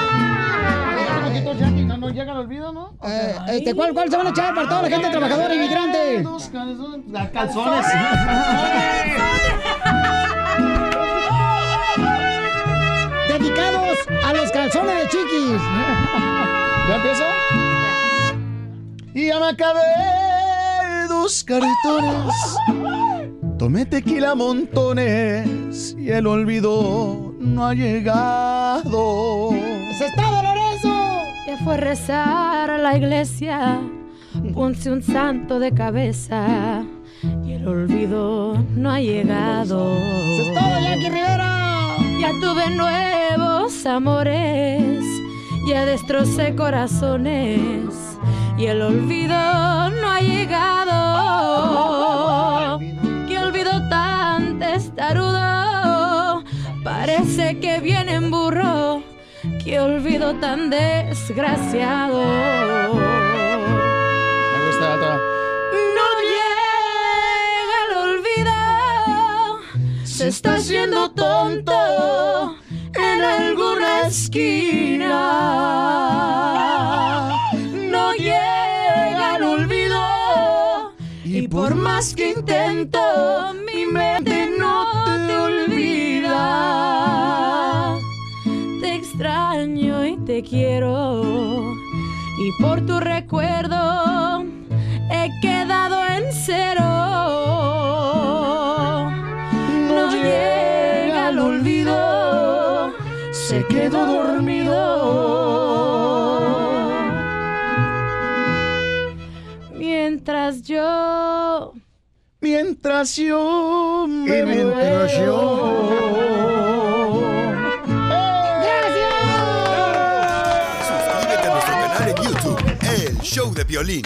No nos llega el olvido, ¿no? Eh, este, ¿cuál, ¿Cuál se van a echar para toda la gente trabajadora inmigrante? Dos calzones. calzones. Dedicados a los calzones de Chiquis. ¿Ya empiezo? Y ya me acabé dos cartones. Tomé tequila montones y el olvido no ha llegado. ¡Se está Lorenzo! Ya fue a rezar a la iglesia, ponse un santo de cabeza y el olvido no ha llegado. ¡Se está Jackie Rivera! Ya tuve nuevos amores, ya destrocé corazones y el olvido no ha llegado. ¡Qué olvido tan testarudo! Parece que viene en burro. ¡Qué olvido tan desgraciado! Me gusta toda. No llega el olvido, se está haciendo tonto en alguna esquina. No llega el olvido y por más que intento, mi mente no te olvida. Te extraño y te quiero y por tu recuerdo he quedado en cero. No llega el olvido, se quedó dormido. Mientras yo, mientras yo me y mientras yo. El Show de Piolín.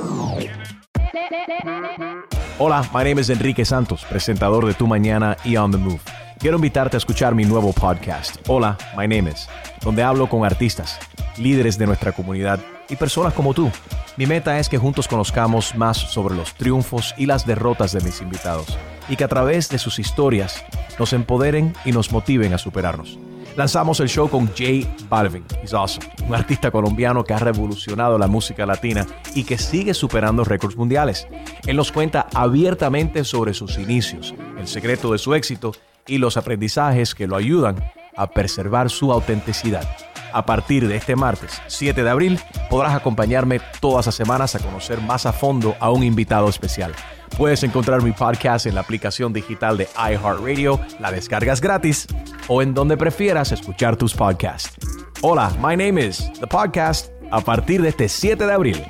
Hola, my name is Enrique Santos, presentador de Tu Mañana y On The Move. Quiero invitarte a escuchar mi nuevo podcast, Hola, my name is, donde hablo con artistas, líderes de nuestra comunidad y personas como tú. Mi meta es que juntos conozcamos más sobre los triunfos y las derrotas de mis invitados y que a través de sus historias nos empoderen y nos motiven a superarnos. Lanzamos el show con J Balvin, he's awesome, un artista colombiano que ha revolucionado la música latina y que sigue superando récords mundiales. Él nos cuenta abiertamente sobre sus inicios, el secreto de su éxito y los aprendizajes que lo ayudan a preservar su autenticidad. A partir de este martes, siete de abril, podrás acompañarme todas las semanas a conocer más a fondo a un invitado especial. Puedes encontrar mi podcast en la aplicación digital de iHeartRadio, la descargas gratis, o en donde prefieras escuchar tus podcasts. Hola, my name is The Podcast, a partir de este siete de abril.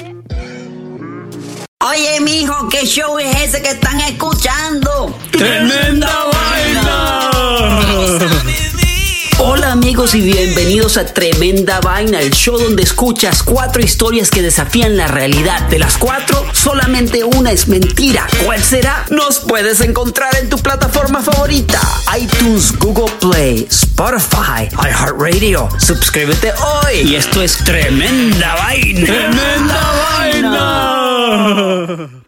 Oye, mijo, ¿qué show es ese que están escuchando? ¡Tremenda Vaina! Hola amigos y bienvenidos a Tremenda Vaina, el show donde escuchas cuatro historias que desafían la realidad. De las cuatro, solamente una es mentira. ¿Cuál será? Nos puedes encontrar en tu plataforma favorita: iTunes, Google Play, Spotify, iHeartRadio. Suscríbete hoy. Y esto es Tremenda Vaina. ¡Tremenda Vaina!